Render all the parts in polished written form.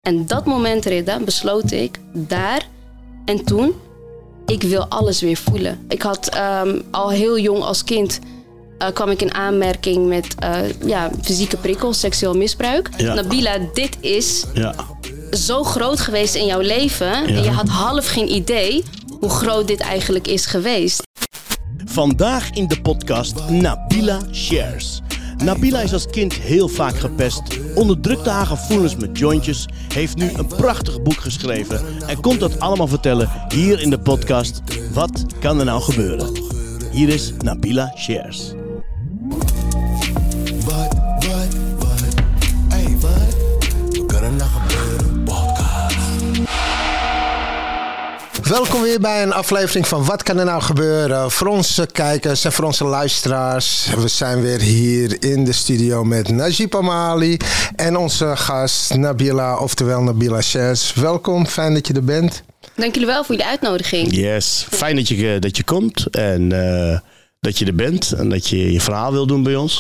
En dat moment, Reda, besloot ik daar en toen, ik wil alles weer voelen. Ik had al heel jong als kind, kwam ik in aanmerking met fysieke prikkels, seksueel misbruik. Ja. Nabila, dit is zo groot geweest in jouw leven. Ja. En je had half geen idee hoe groot dit eigenlijk is geweest. Vandaag in de podcast Nabila Shares. Nabila is als kind heel vaak gepest, onderdrukte haar gevoelens met jointjes, heeft nu een prachtig boek geschreven en komt dat allemaal vertellen hier in de podcast. Wat kan er nou gebeuren? Hier is Nabila Shares. Welkom weer bij een aflevering van Wat kan er nou gebeuren? Voor onze kijkers en voor onze luisteraars. We zijn weer hier in de studio met Najib Amali en onze gast Nabila, oftewel Nabila Shares. Welkom, fijn dat je er bent. Dank jullie wel voor jullie uitnodiging. Yes, fijn dat je komt en dat je er bent en dat je je verhaal wil doen bij ons.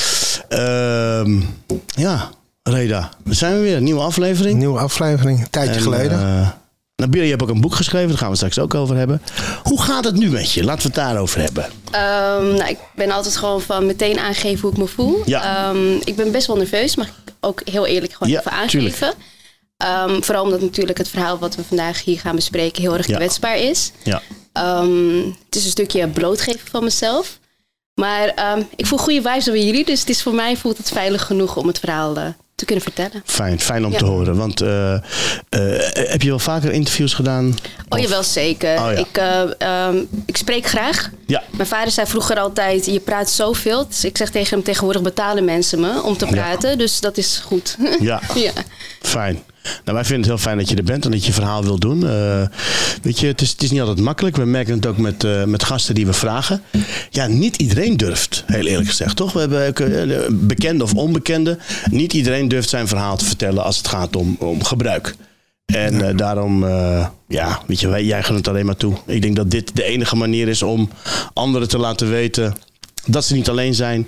Reda, daar zijn we weer. Nieuwe aflevering. Een tijdje geleden. Nabila, je hebt ook een boek geschreven, daar gaan we straks ook over hebben. Hoe gaat het nu met je? Laten we het daarover hebben. Ik ben altijd gewoon van meteen aangeven hoe ik me voel. Ja. Ik ben best wel nerveus, mag ik ook heel eerlijk gewoon even aangeven. Vooral omdat natuurlijk het verhaal wat we vandaag hier gaan bespreken heel erg kwetsbaar is. Ja. Het is een stukje blootgeven van mezelf. Maar ik voel goede vibes bij jullie, dus voor mij voelt het veilig genoeg om het verhaal te kunnen vertellen. Fijn om te horen. Want heb je wel vaker interviews gedaan? Oh, jawel, zeker. Oh, ja. Ik spreek graag. Ja. Mijn vader zei vroeger altijd, je praat zoveel. Dus ik zeg tegen hem, tegenwoordig betalen mensen me om te praten. Ja. Dus dat is goed. Ja, fijn. Nou, wij vinden het heel fijn dat je er bent en dat je verhaal wilt doen. Weet je, het is niet altijd makkelijk. We merken het ook met gasten die we vragen. Ja, niet iedereen durft, heel eerlijk gezegd, toch? We hebben bekende of onbekende. Niet iedereen durft zijn verhaal te vertellen als het gaat om gebruik. En daarom, weet je, jij gaat het alleen maar toe. Ik denk dat dit de enige manier is om anderen te laten weten dat ze niet alleen zijn.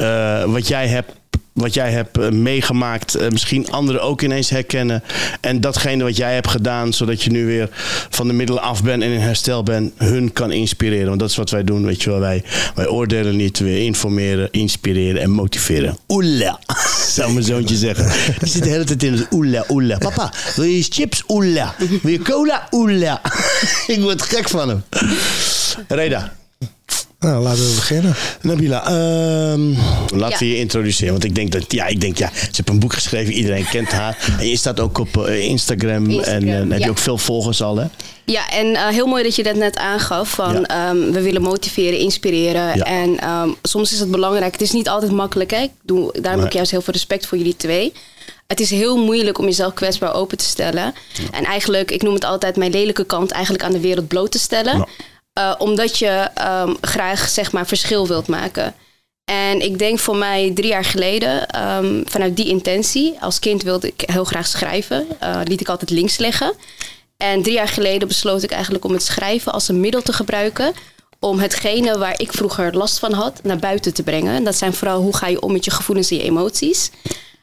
Wat jij hebt meegemaakt, misschien anderen ook ineens herkennen. En datgene wat jij hebt gedaan, zodat je nu weer van de middelen af bent en in herstel bent, hun kan inspireren. Want dat is wat wij doen, weet je wel. Wij oordelen niet, we informeren, inspireren en motiveren. Oela, zou mijn zoontje zeggen. Die zit de hele tijd in het oela. Papa, wil je chips? Oela. Wil je cola? Oela. Ik word gek van hem. Reda. Nou, laten we beginnen. Nabila, laten we je introduceren. Want ik denk, ze heeft een boek geschreven. Iedereen kent haar. En je staat ook op Instagram. En heb je ook veel volgers al, hè? Ja, en heel mooi dat je dat net aangaf. We willen motiveren, inspireren. Ja. En soms is het belangrijk. Het is niet altijd makkelijk, hè? Daarom heb ik juist heel veel respect voor jullie twee. Het is heel moeilijk om jezelf kwetsbaar open te stellen. Ja. En eigenlijk, ik noem het altijd mijn lelijke kant eigenlijk aan de wereld bloot te stellen. Ja. Omdat je graag, zeg maar, verschil wilt maken. En ik denk voor mij 3 jaar geleden, vanuit die intentie, als kind wilde ik heel graag schrijven. Liet ik altijd links liggen. En 3 jaar geleden besloot ik eigenlijk om het schrijven als een middel te gebruiken. Om hetgene waar ik vroeger last van had, naar buiten te brengen. En dat zijn vooral hoe ga je om met je gevoelens en je emoties.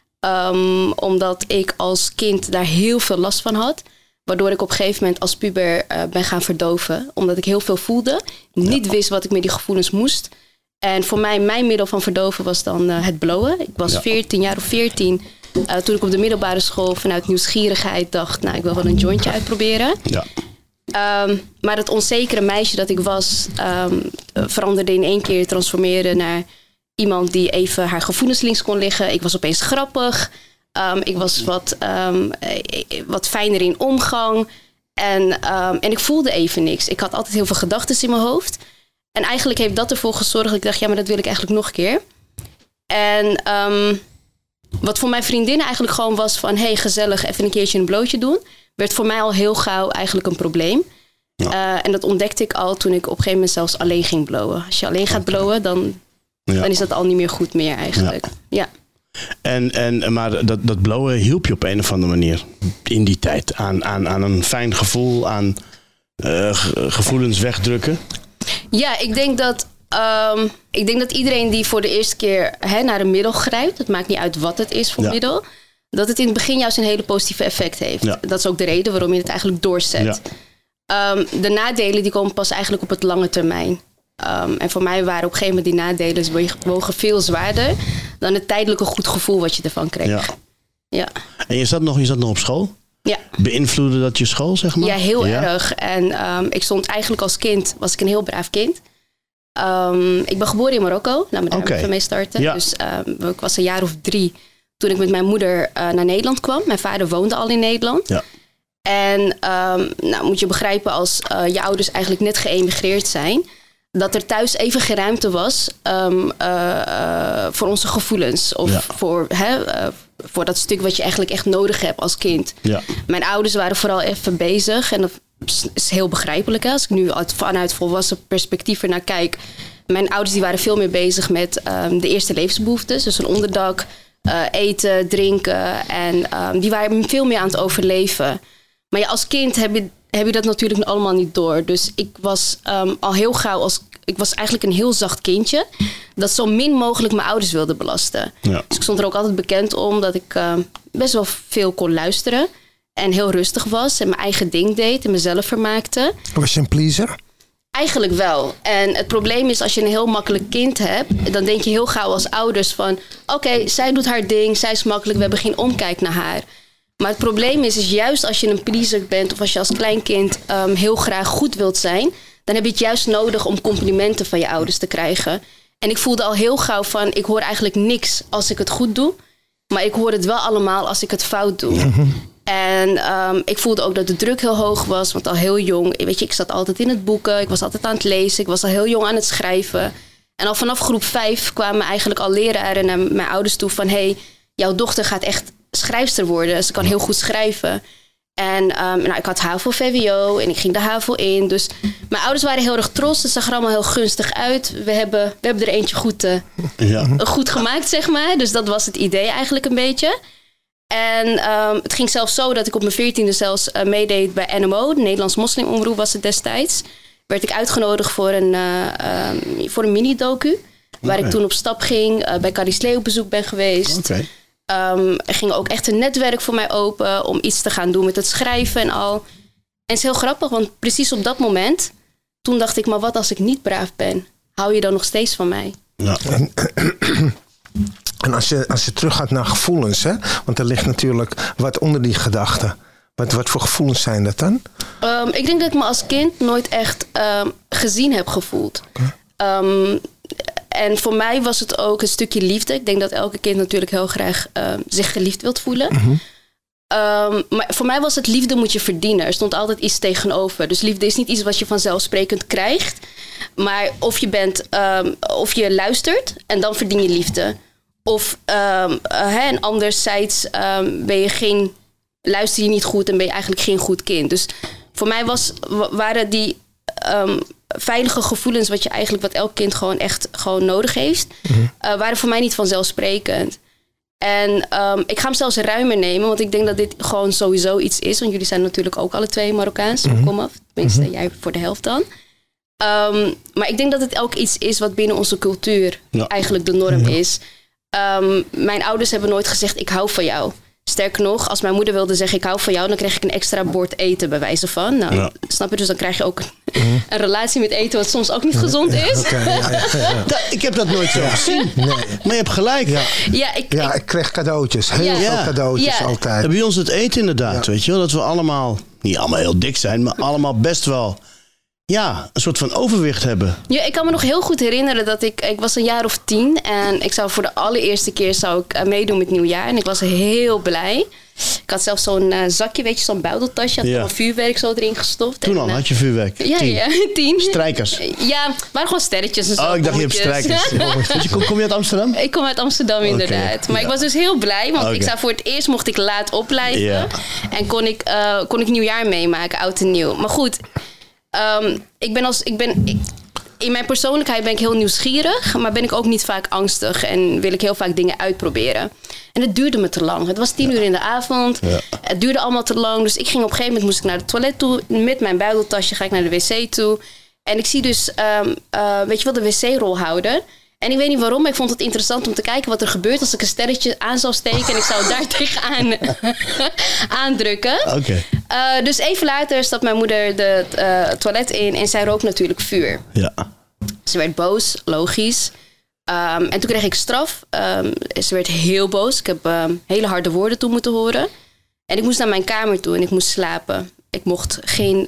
Omdat ik als kind daar heel veel last van had. Waardoor ik op een gegeven moment als puber ben gaan verdoven. Omdat ik heel veel voelde. Niet wist wat ik met die gevoelens moest. En voor mij, mijn middel van verdoven was dan het blowen. Ik was 14. Toen ik op de middelbare school vanuit nieuwsgierigheid dacht, ik wil wel een jointje uitproberen. Ja. Maar het onzekere meisje dat ik was, veranderde in 1 keer, transformeerde naar iemand die even haar gevoelens links kon liggen. Ik was opeens grappig. Ik was wat fijner in omgang. En ik voelde even niks. Ik had altijd heel veel gedachten in mijn hoofd. En eigenlijk heeft dat ervoor gezorgd dat ik dacht, maar dat wil ik eigenlijk nog een keer. En wat voor mijn vriendinnen eigenlijk gewoon was van, hey, gezellig, even een keertje een blootje doen, werd voor mij al heel gauw eigenlijk een probleem. Ja. En dat ontdekte ik al toen ik op een gegeven moment zelfs alleen ging blowen. Als je alleen gaat blowen, dan is dat al niet meer goed meer eigenlijk. Ja. Maar dat blowen hielp je op een of andere manier in die tijd aan een fijn gevoel, aan gevoelens wegdrukken? Ja, ik denk dat iedereen die voor de eerste keer naar een middel grijpt, het maakt niet uit wat het is voor middel, dat het in het begin juist een hele positieve effect heeft. Ja. Dat is ook de reden waarom je het eigenlijk doorzet. Ja. De nadelen die komen pas eigenlijk op het lange termijn. En voor mij waren op een gegeven moment die nadelen wogen veel zwaarder dan het tijdelijke goed gevoel wat je ervan kreeg. Ja. En je zat nog op school? Ja. Beïnvloedde dat je school, zeg maar? Ja, heel erg. En ik stond eigenlijk als kind, was ik een heel braaf kind. Ik ben geboren in Marokko. Laat me daar even mee starten. Ja. Dus ik was een jaar of 3 toen ik met mijn moeder naar Nederland kwam. Mijn vader woonde al in Nederland. Ja. En moet je begrijpen, als je ouders eigenlijk net geëmigreerd zijn, dat er thuis even geen ruimte was voor onze gevoelens. Of voor dat stuk wat je eigenlijk echt nodig hebt als kind. Ja. Mijn ouders waren vooral even bezig. En dat is heel begrijpelijk. Hè? Als ik nu vanuit volwassen perspectief ernaar kijk. Mijn ouders die waren veel meer bezig met de eerste levensbehoeftes. Dus een onderdak, eten, drinken. En die waren veel meer aan het overleven. Maar ja, als kind heb je dat natuurlijk allemaal niet door. Dus ik was al heel gauw ik was eigenlijk een heel zacht kindje dat zo min mogelijk mijn ouders wilde belasten. Ja. Dus ik stond er ook altijd bekend om dat ik best wel veel kon luisteren en heel rustig was en mijn eigen ding deed en mezelf vermaakte. Was je een pleaser? Eigenlijk wel. En het probleem is, als je een heel makkelijk kind hebt, dan denk je heel gauw als ouders van oké, zij doet haar ding, zij is makkelijk, we hebben geen omkijk naar haar. Maar het probleem is juist als je een pleaser bent of als je als kleinkind heel graag goed wilt zijn, dan heb je het juist nodig om complimenten van je ouders te krijgen. En ik voelde al heel gauw van, ik hoor eigenlijk niks als ik het goed doe, maar ik hoor het wel allemaal als ik het fout doe. Mm-hmm. En ik voelde ook dat de druk heel hoog was, want al heel jong, weet je, ik zat altijd in het boeken, ik was altijd aan het lezen, ik was al heel jong aan het schrijven. En al vanaf groep 5 kwamen eigenlijk al leraren naar mijn ouders toe van, hey, jouw dochter gaat echt schrijfster worden. Ze kan heel goed schrijven. En ik had HAVO-VWO en ik ging de HAVO in. Dus mijn ouders waren heel erg trots. Het zag er allemaal heel gunstig uit. We hebben er eentje goed gemaakt, zeg maar. Dus dat was het idee eigenlijk een beetje. En het ging zelfs zo dat ik op mijn 14e zelfs meedeed bij NMO. De Nederlands Moslimomroep was het destijds. Werd ik uitgenodigd voor een mini-docu. Waar ik toen op stap ging. Bij Carrie Slee op bezoek ben geweest. Okay. Er ging ook echt een netwerk voor mij open om iets te gaan doen met het schrijven en al. En het is heel grappig, want precies op dat moment, toen dacht ik, maar wat als ik niet braaf ben? Hou je dan nog steeds van mij? Ja. En als je teruggaat naar gevoelens, hè? Want er ligt natuurlijk wat onder die gedachten. Wat voor gevoelens zijn dat dan? Ik denk dat ik me als kind nooit echt gezien heb gevoeld. Okay. En voor mij was het ook een stukje liefde. Ik denk dat elke kind natuurlijk heel graag zich geliefd wilt voelen. Mm-hmm. Maar voor mij was het liefde moet je verdienen. Er stond altijd iets tegenover. Dus liefde is niet iets wat je vanzelfsprekend krijgt. Maar of je luistert en dan verdien je liefde. Of en anderzijds luister je niet goed en ben je eigenlijk geen goed kind. Dus voor mij waren die veilige gevoelens wat elk kind gewoon nodig heeft, waren voor mij niet vanzelfsprekend. En ik ga hem zelfs ruimer nemen, want ik denk dat dit gewoon sowieso iets is. Want jullie zijn natuurlijk ook alle twee Marokkaans, komaf. Tenminste, jij voor de helft dan. Maar ik denk dat het ook iets is wat binnen onze cultuur eigenlijk de norm is. Mijn ouders hebben nooit gezegd, ik hou van jou. Sterker nog, als mijn moeder wilde zeggen, ik hou van jou, dan kreeg ik een extra bord eten bij wijze van. Nou, snap je? Dus dan krijg je ook een relatie met eten wat soms ook niet gezond is. Ik heb dat nooit zo gezien. Nee. Maar je hebt gelijk. Ik kreeg cadeautjes. Heel veel cadeautjes altijd. En bij ons het eten inderdaad, weet je wel. Dat we allemaal, niet allemaal heel dik zijn, maar allemaal best wel een soort van overwicht hebben. Ja, ik kan me nog heel goed herinneren dat ik was een jaar of 10 en ik zou voor de allereerste keer meedoen met nieuwjaar en ik was heel blij. Ik had zelfs zo'n zakje, weet je, zo'n buideltasje, had een vuurwerk zo erin gestopt. Toen al had je vuurwerk? Ja, 10. Strijkers? Ja, waren gewoon sterretjes en zo. Oh, ik dacht je hebt strijkers. Kom je uit Amsterdam? Ik kom uit Amsterdam inderdaad. Maar ik was dus heel blij, want ik zou voor het eerst mocht ik laat opblijven en kon ik nieuwjaar meemaken, oud en nieuw. Maar goed, in mijn persoonlijkheid ben ik heel nieuwsgierig, maar ben ik ook niet vaak angstig en wil ik heel vaak dingen uitproberen. En het duurde me te lang. Het was 10 uur in de avond. Ja. Het duurde allemaal te lang. Dus ik ging op een gegeven moment moest ik naar het toilet toe. Met mijn buideltasje ga ik naar de wc toe. En ik zie dus, weet je wel, de wc-rolhouder. En ik weet niet waarom, maar ik vond het interessant om te kijken wat er gebeurt als ik een sterretje aan zou steken en ik zou het daar tegenaan aandrukken. Oké. Dus even later stapt mijn moeder de toilet in en zij rookt natuurlijk vuur. Ja. Ze werd boos, logisch. En toen kreeg ik straf. Ze werd heel boos. Ik heb hele harde woorden toe moeten horen. En ik moest naar mijn kamer toe en ik moest slapen. Ik mocht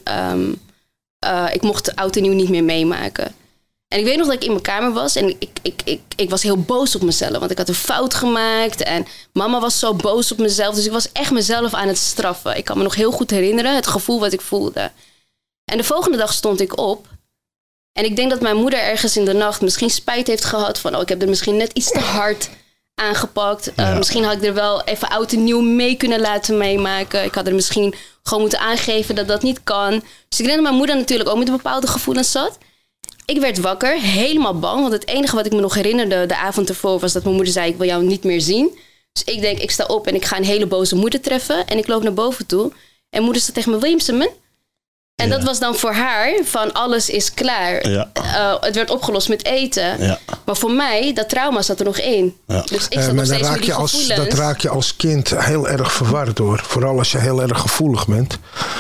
oud en nieuw niet meer meemaken. En ik weet nog dat ik in mijn kamer was en ik was heel boos op mezelf. Want ik had een fout gemaakt en mama was zo boos op mezelf. Dus ik was echt mezelf aan het straffen. Ik kan me nog heel goed herinneren, het gevoel wat ik voelde. En de volgende dag stond ik op. En ik denk dat mijn moeder ergens in de nacht misschien spijt heeft gehad van... ik heb er misschien net iets te hard aangepakt. Misschien had ik er wel even oud en nieuw mee kunnen laten meemaken. Ik had er misschien gewoon moeten aangeven dat dat niet kan. Dus ik denk dat mijn moeder natuurlijk ook met bepaalde gevoelens zat. Ik werd wakker, helemaal bang. Want het enige wat ik me nog herinnerde de avond ervoor was dat mijn moeder zei... ik wil jou niet meer zien. Dus ik denk, ik sta op en ik ga een hele boze moeder treffen. En ik loop naar boven toe. En moeder zei tegen me, Williamson. En dat was dan voor haar van alles is klaar. Ja. Het werd opgelost met eten. Ja. Maar voor mij, dat trauma zat er nog in. Ja. Dus ik zat nog steeds met die gevoelens. Dat raak je als kind heel erg verward door. Vooral als je heel erg gevoelig bent.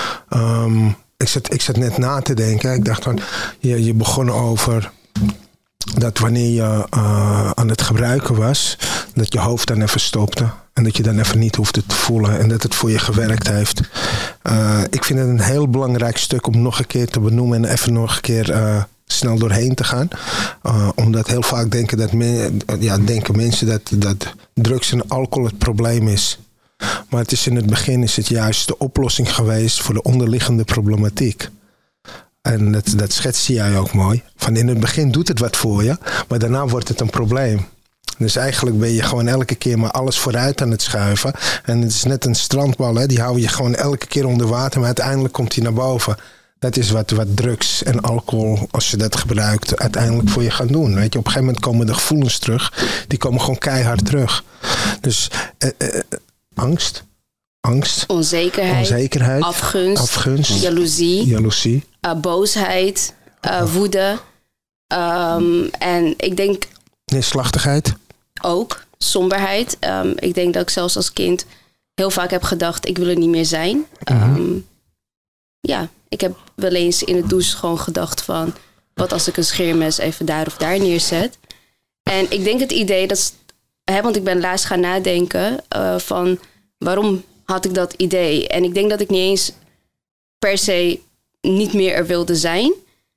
Ik zat net na te denken. Ik dacht van, je begon over dat wanneer je aan het gebruiken was, dat je hoofd dan even stopte. En dat je dan even niet hoefde te voelen. En dat het voor je gewerkt heeft. Ik vind het een heel belangrijk stuk om nog een keer te benoemen. En even nog een keer snel doorheen te gaan. Omdat heel vaak denken mensen dat drugs en alcohol het probleem is. Maar in het begin is het juist de oplossing geweest voor de onderliggende problematiek. En dat schetste jij ook mooi. Van in het begin doet het wat voor je. Maar daarna wordt het een probleem. Dus eigenlijk ben je gewoon elke keer maar alles vooruit aan het schuiven. En het is net een strandbal, hè? Die hou je gewoon elke keer onder water. Maar uiteindelijk komt hij naar boven. Dat is wat drugs en alcohol, als je dat gebruikt, uiteindelijk voor je gaan doen. Weet je? Op een gegeven moment komen de gevoelens terug. Die komen gewoon keihard terug. Dus angst, onzekerheid, afgunst, jaloezie, boosheid, woede. En ik denk... neerslachtigheid. Ook, somberheid. Ik denk dat ik zelfs als kind heel vaak heb gedacht, ik wil er niet meer zijn. Ik heb wel eens in het douche gewoon gedacht van, wat als ik een scheermes even daar of daar neerzet. En ik denk het idee, want ik ben laatst gaan nadenken van, waarom had ik dat idee? En ik denk dat ik niet eens per se niet meer er wilde zijn.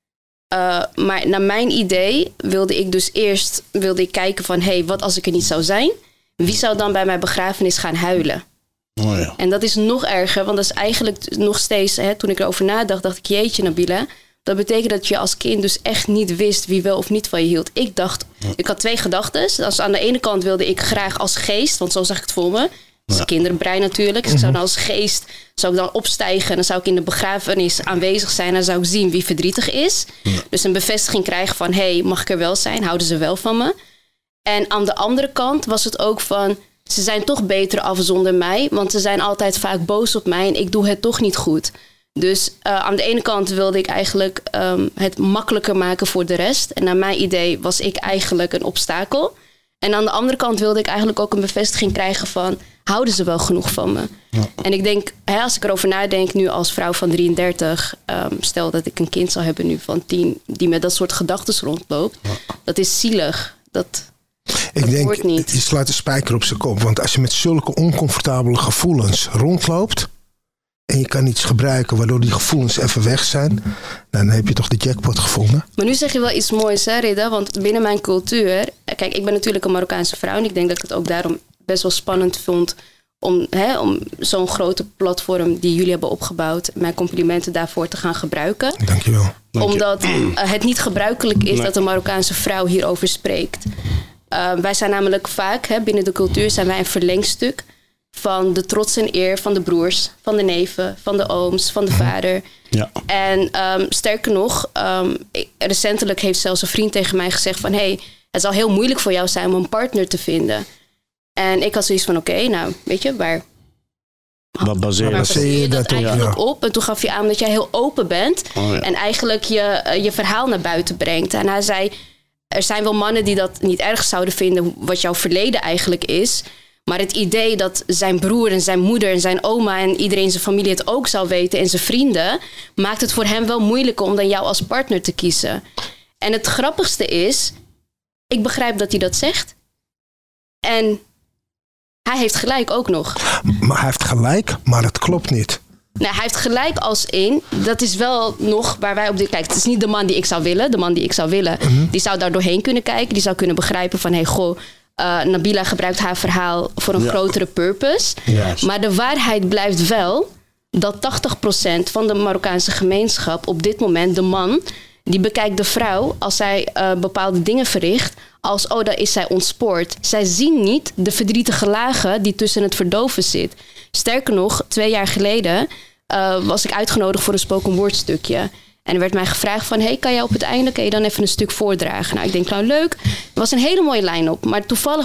Maar naar mijn idee wilde ik dus eerst kijken van, wat als ik er niet zou zijn? Wie zou dan bij mijn begrafenis gaan huilen? Oh ja. En dat is nog erger, want dat is eigenlijk nog steeds, toen ik erover nadacht, dacht ik, jeetje Nabila, dat betekent dat je als kind dus echt niet wist wie wel of niet van je hield. Ik had twee gedachten. Dus aan de ene kant wilde ik graag als geest, want zo zag ik het voor me. Dat is een kinderbrein natuurlijk. Dus ik zou dan als geest opstijgen. En dan zou ik in de begrafenis aanwezig zijn. En dan zou ik zien wie verdrietig is. Ja. Dus een bevestiging krijgen van, mag ik er wel zijn? Houden ze wel van me? En aan de andere kant was het ook van, ze zijn toch beter af zonder mij. Want ze zijn altijd vaak boos op mij. En ik doe het toch niet goed. Dus aan de ene kant wilde ik eigenlijk het makkelijker maken voor de rest. En naar mijn idee was ik eigenlijk een obstakel. En aan de andere kant wilde ik eigenlijk ook een bevestiging krijgen van, houden ze wel genoeg van me? Ja. En ik denk, als ik erover nadenk nu als vrouw van 33... stel dat ik een kind zal hebben nu van 10... die met dat soort gedachten rondloopt. Ja. Dat is zielig. Ik denk, je slaat de spijker op zijn kop. Want als je met zulke oncomfortabele gevoelens rondloopt en je kan iets gebruiken waardoor die gevoelens even weg zijn, dan heb je toch de jackpot gevonden. Maar nu zeg je wel iets moois, hè, Rida? Want binnen mijn cultuur, kijk, ik ben natuurlijk een Marokkaanse vrouw en ik denk dat ik het ook daarom best wel spannend vond om zo'n grote platform die jullie hebben opgebouwd, mijn complimenten daarvoor te gaan gebruiken. Dankjewel. Omdat het niet gebruikelijk is dat een Marokkaanse vrouw hierover spreekt. Wij zijn namelijk vaak, binnen de cultuur zijn wij een verlengstuk van de trots en eer van de broers, van de neven, van de ooms, van de vader. Ja. En sterker nog, recentelijk heeft zelfs een vriend tegen mij gezegd van, het zal heel moeilijk voor jou zijn om een partner te vinden. En ik had zoiets van, weet je, waar baseer je dat eigenlijk op? En toen gaf je aan dat jij heel open bent en eigenlijk je verhaal naar buiten brengt. En hij zei, er zijn wel mannen die dat niet erg zouden vinden, wat jouw verleden eigenlijk is. Maar het idee dat zijn broer en zijn moeder en zijn oma en iedereen in zijn familie het ook zou weten en zijn vrienden, maakt het voor hem wel moeilijker om dan jou als partner te kiezen. En het grappigste is, ik begrijp dat hij dat zegt. En hij heeft gelijk ook nog. Maar hij heeft gelijk, maar het klopt niet. Nou, hij heeft gelijk als in, dat is wel nog waar wij op dit kijken. Het is niet de man die ik zou willen. De man die ik zou willen, die zou daar doorheen kunnen kijken. Die zou kunnen begrijpen van, hey, goh, Nabila gebruikt haar verhaal voor een grotere purpose. Yes. Maar de waarheid blijft wel dat 80% van de Marokkaanse gemeenschap op dit moment, de man, die bekijkt de vrouw als zij bepaalde dingen verricht als, oh, daar is zij ontspoord. Zij zien niet de verdrietige lagen die tussen het verdoven zit. Sterker nog, 2 jaar geleden was ik uitgenodigd voor een spoken word stukje. En er werd mij gevraagd van, hey, kan jij op het einde kan je dan even een stuk voordragen? Nou, ik denk, nou leuk. Het was een hele mooie line-up. Maar toevallig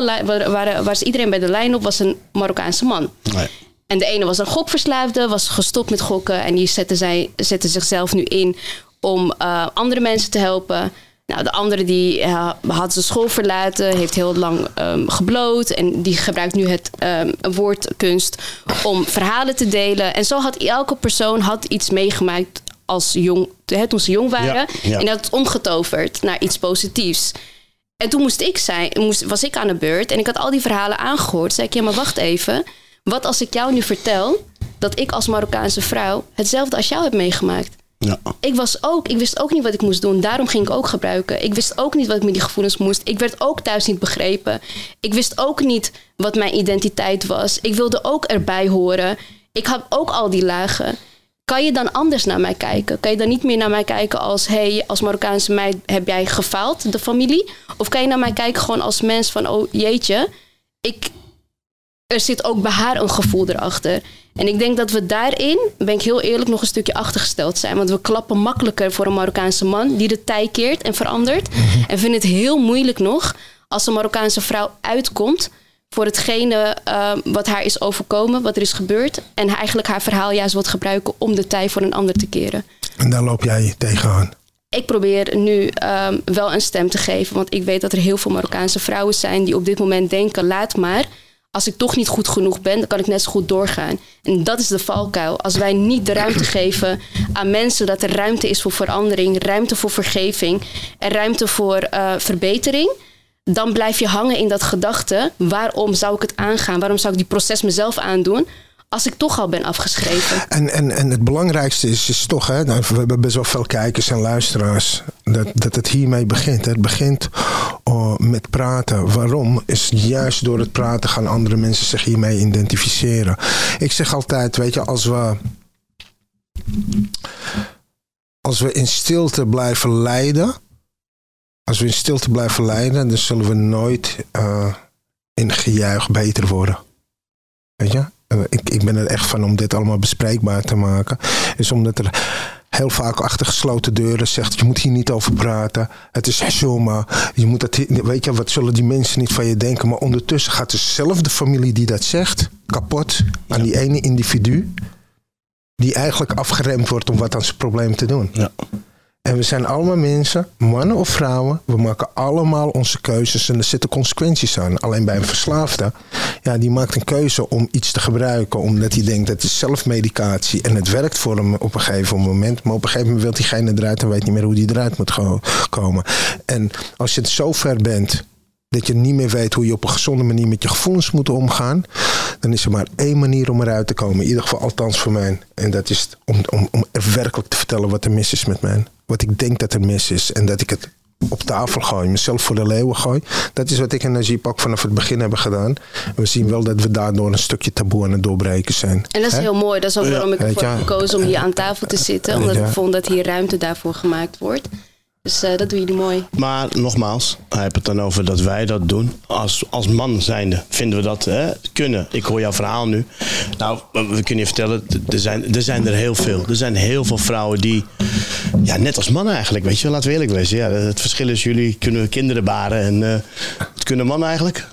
was iedereen bij de line-up was een Marokkaanse man. Nee. En de ene was een gokverslaafde, was gestopt met gokken. En die zette zichzelf nu in om andere mensen te helpen. Nou, de andere die had zijn school verlaten, heeft heel lang gebloot. En die gebruikt nu het woordkunst om verhalen te delen. En zo had elke persoon iets meegemaakt als jong, toen ze jong waren. Ja. En dat het omgetoverd naar iets positiefs. En toen was ik aan de beurt en ik had al die verhalen aangehoord. Zei ik, ja, maar wacht even. Wat als ik jou nu vertel dat ik als Marokkaanse vrouw hetzelfde als jou heb meegemaakt? Ja. Ik wist ook niet wat ik moest doen. Daarom ging ik ook gebruiken. Ik wist ook niet wat ik met die gevoelens moest. Ik werd ook thuis niet begrepen. Ik wist ook niet wat mijn identiteit was. Ik wilde ook erbij horen. Ik had ook al die lagen. Kan je dan anders naar mij kijken? Kan je dan niet meer naar mij kijken als, hey, als Marokkaanse meid heb jij gefaald, de familie? Of kan je naar mij kijken gewoon als mens van, oh jeetje, er zit ook bij haar een gevoel erachter. En ik denk dat we daarin, ben ik heel eerlijk, nog een stukje achtergesteld zijn. Want we klappen makkelijker voor een Marokkaanse man die de tij keert en verandert. En vinden het heel moeilijk nog als een Marokkaanse vrouw uitkomt voor hetgene wat haar is overkomen, wat er is gebeurd. En eigenlijk haar verhaal juist wat gebruiken om de tij voor een ander te keren. En daar loop jij tegenaan? Ik probeer nu wel een stem te geven. Want ik weet dat er heel veel Marokkaanse vrouwen zijn die op dit moment denken, laat maar. Als ik toch niet goed genoeg ben, dan kan ik net zo goed doorgaan. En dat is de valkuil. Als wij niet de ruimte geven aan mensen dat er ruimte is voor verandering, ruimte voor vergeving en ruimte voor verbetering, dan blijf je hangen in dat gedachte. Waarom zou ik het aangaan? Waarom zou ik die proces mezelf aandoen als ik toch al ben afgeschreven? En het belangrijkste is toch, hè, we hebben best wel veel kijkers en luisteraars, dat het hiermee begint. Het begint met praten. Waarom? Is juist door het praten gaan andere mensen zich hiermee identificeren. Ik zeg altijd, weet je, als we in stilte blijven lijden, dan zullen we nooit in gejuich beter worden. Weet je? Ik ben er echt van om dit allemaal bespreekbaar te maken. Is omdat er heel vaak achter gesloten deuren zegt, je moet hier niet over praten. Het is zomaar. Je moet dat, weet je, wat zullen die mensen niet van je denken? Maar ondertussen gaat dezelfde familie die dat zegt kapot aan die ene individu die eigenlijk afgeremd wordt om wat aan zijn probleem te doen. Ja. En we zijn allemaal mensen, mannen of vrouwen. We maken allemaal onze keuzes en er zitten consequenties aan. Alleen bij een verslaafde, ja, die maakt een keuze om iets te gebruiken. Omdat hij denkt dat het is zelfmedicatie en het werkt voor hem op een gegeven moment. Maar op een gegeven moment wil diegene eruit en weet niet meer hoe die eruit moet komen. En als je zo ver bent dat je niet meer weet hoe je op een gezonde manier met je gevoelens moet omgaan, dan is er maar 1 manier om eruit te komen. In ieder geval althans voor mij. En dat is om er werkelijk te vertellen wat er mis is met mij. Wat ik denk dat er mis is. En dat ik het op tafel gooi. Mezelf voor de leeuwen gooi. Dat is wat ik en Najib ook vanaf het begin hebben gedaan. We zien wel dat we daardoor een stukje taboe aan het doorbreken zijn. En dat is heel mooi. Dat is ook waarom ik ervoor heb gekozen om hier aan tafel te zitten. Omdat ik vond dat hier ruimte daarvoor gemaakt wordt. Dus dat doen jullie mooi. Maar nogmaals, hij heeft het dan over dat wij dat doen. Als man zijnde vinden we dat kunnen. Ik hoor jouw verhaal nu. Nou, we kunnen je vertellen, er zijn er heel veel. Er zijn heel veel vrouwen die, ja, net als mannen eigenlijk, weet je, laten we eerlijk wezen. Ja, het verschil is, jullie kunnen kinderen baren en Wat kunnen mannen eigenlijk?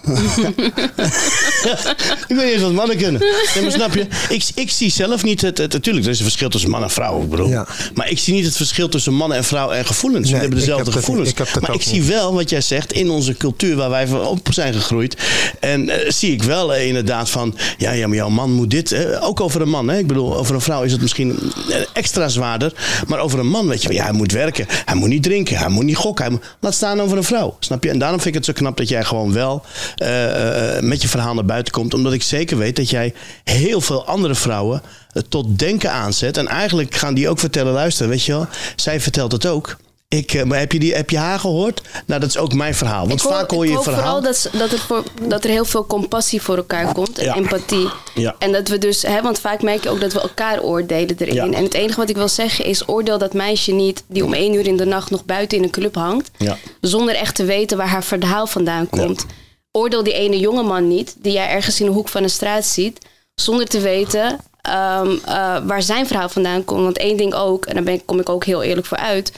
Ik weet niet eens wat mannen kunnen. Nee, maar snap je? Ik zie zelf niet natuurlijk, er is een verschil tussen man en vrouw. Ik bedoel. Ja. Maar ik zie niet het verschil tussen mannen en vrouw en gevoelens. We hebben dezelfde gevoelens. Maar ik zie wel wat jij zegt in onze cultuur waar wij op zijn gegroeid. En zie ik wel inderdaad van, ja, maar jouw man moet dit. Ook over een man. Hè? Ik bedoel, over een vrouw is het misschien extra zwaarder. Maar over een man weet je wel, ja, hij moet werken. Hij moet niet drinken. Hij moet niet gokken. Laat staan over een vrouw. Snap je? En daarom vind ik het zo knap dat jij gewoon wel met je verhaal naar buiten komt. Omdat ik zeker weet dat jij heel veel andere vrouwen tot denken aanzet. En eigenlijk gaan die ook vertellen, luister, weet je wel. Zij vertelt het ook. Maar heb je haar gehoord? Nou, dat is ook mijn verhaal. Want vaak hoor je verhaal. Vooral dat er heel veel compassie voor elkaar komt. En empathie. Ja. En dat we dus, want vaak merk je ook dat we elkaar oordelen erin. Ja. En het enige wat ik wil zeggen is, oordeel dat meisje niet die om 1 uur in de nacht nog buiten in een club hangt. Ja. Zonder echt te weten waar haar verhaal vandaan komt. Ja. Oordeel die ene jongeman niet, die jij ergens in de hoek van de straat ziet. Zonder te weten waar zijn verhaal vandaan komt. Want één ding ook, en daar kom ik ook heel eerlijk voor uit.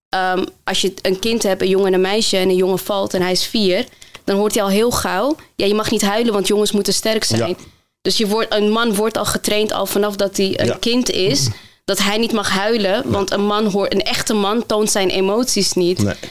Als je een kind hebt, een jongen en een meisje, en een jongen valt en hij is 4, dan hoort hij al heel gauw, ja, je mag niet huilen, want jongens moeten sterk zijn. Ja. Dus een man wordt al getraind al vanaf dat hij een kind is, dat hij niet mag huilen, want een echte man toont zijn emoties niet. Nee.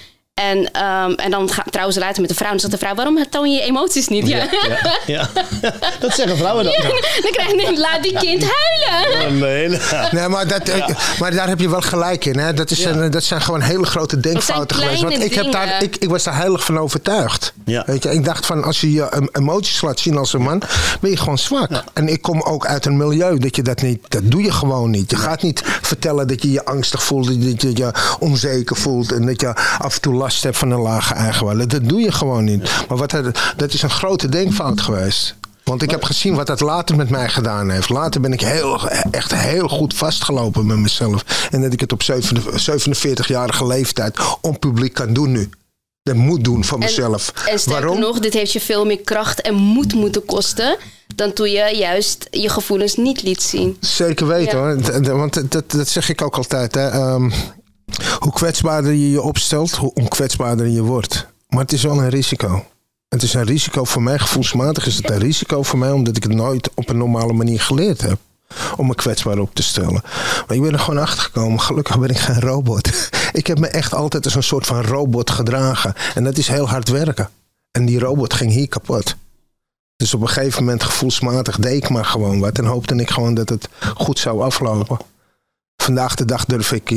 En dan trouwens later met de vrouw. Dan zegt de vrouw, waarom toon je emoties niet? Ja. Ja. Dat zeggen vrouwen dan. Ja, dan krijg je, laat die kind huilen. Oh, nee, maar daar heb je wel gelijk in. Hè? Dat zijn gewoon hele grote denkfouten geweest. Want ik was daar heilig van overtuigd. Ja. Weet je, ik dacht van, als je je emoties laat zien als een man, ben je gewoon zwak. Ja. En ik kom ook uit een milieu dat je dat doe je gewoon niet. Je gaat niet vertellen dat je je angstig voelt, dat je je onzeker voelt en dat je af en toe last hebt van een lage eigenwaarde. Dat doe je gewoon niet. Maar dat is een grote denkfout geweest. Want ik heb gezien wat dat later met mij gedaan heeft. Later ben ik echt heel goed vastgelopen met mezelf. En dat ik het op 47-jarige leeftijd onpubliek kan doen nu. Dat moet doen van mezelf. En sterker nog, dit heeft je veel meer kracht en moed moeten kosten dan toen je juist je gevoelens niet liet zien. Zeker weten hoor. Want dat zeg ik ook altijd. Hè. Hoe kwetsbaarder je je opstelt, hoe onkwetsbaarder je wordt. Maar het is wel een risico. Het is een risico voor mij, gevoelsmatig is het een risico voor mij, omdat ik het nooit op een normale manier geleerd heb. Om me kwetsbaar op te stellen. Maar ik ben er gewoon achter gekomen. Gelukkig ben ik geen robot. Ik heb me echt altijd als een soort van robot gedragen. En dat is heel hard werken. En die robot ging hier kapot. Dus op een gegeven moment gevoelsmatig deed ik maar gewoon wat. En hoopte ik gewoon dat het goed zou aflopen. Vandaag de dag durf ik,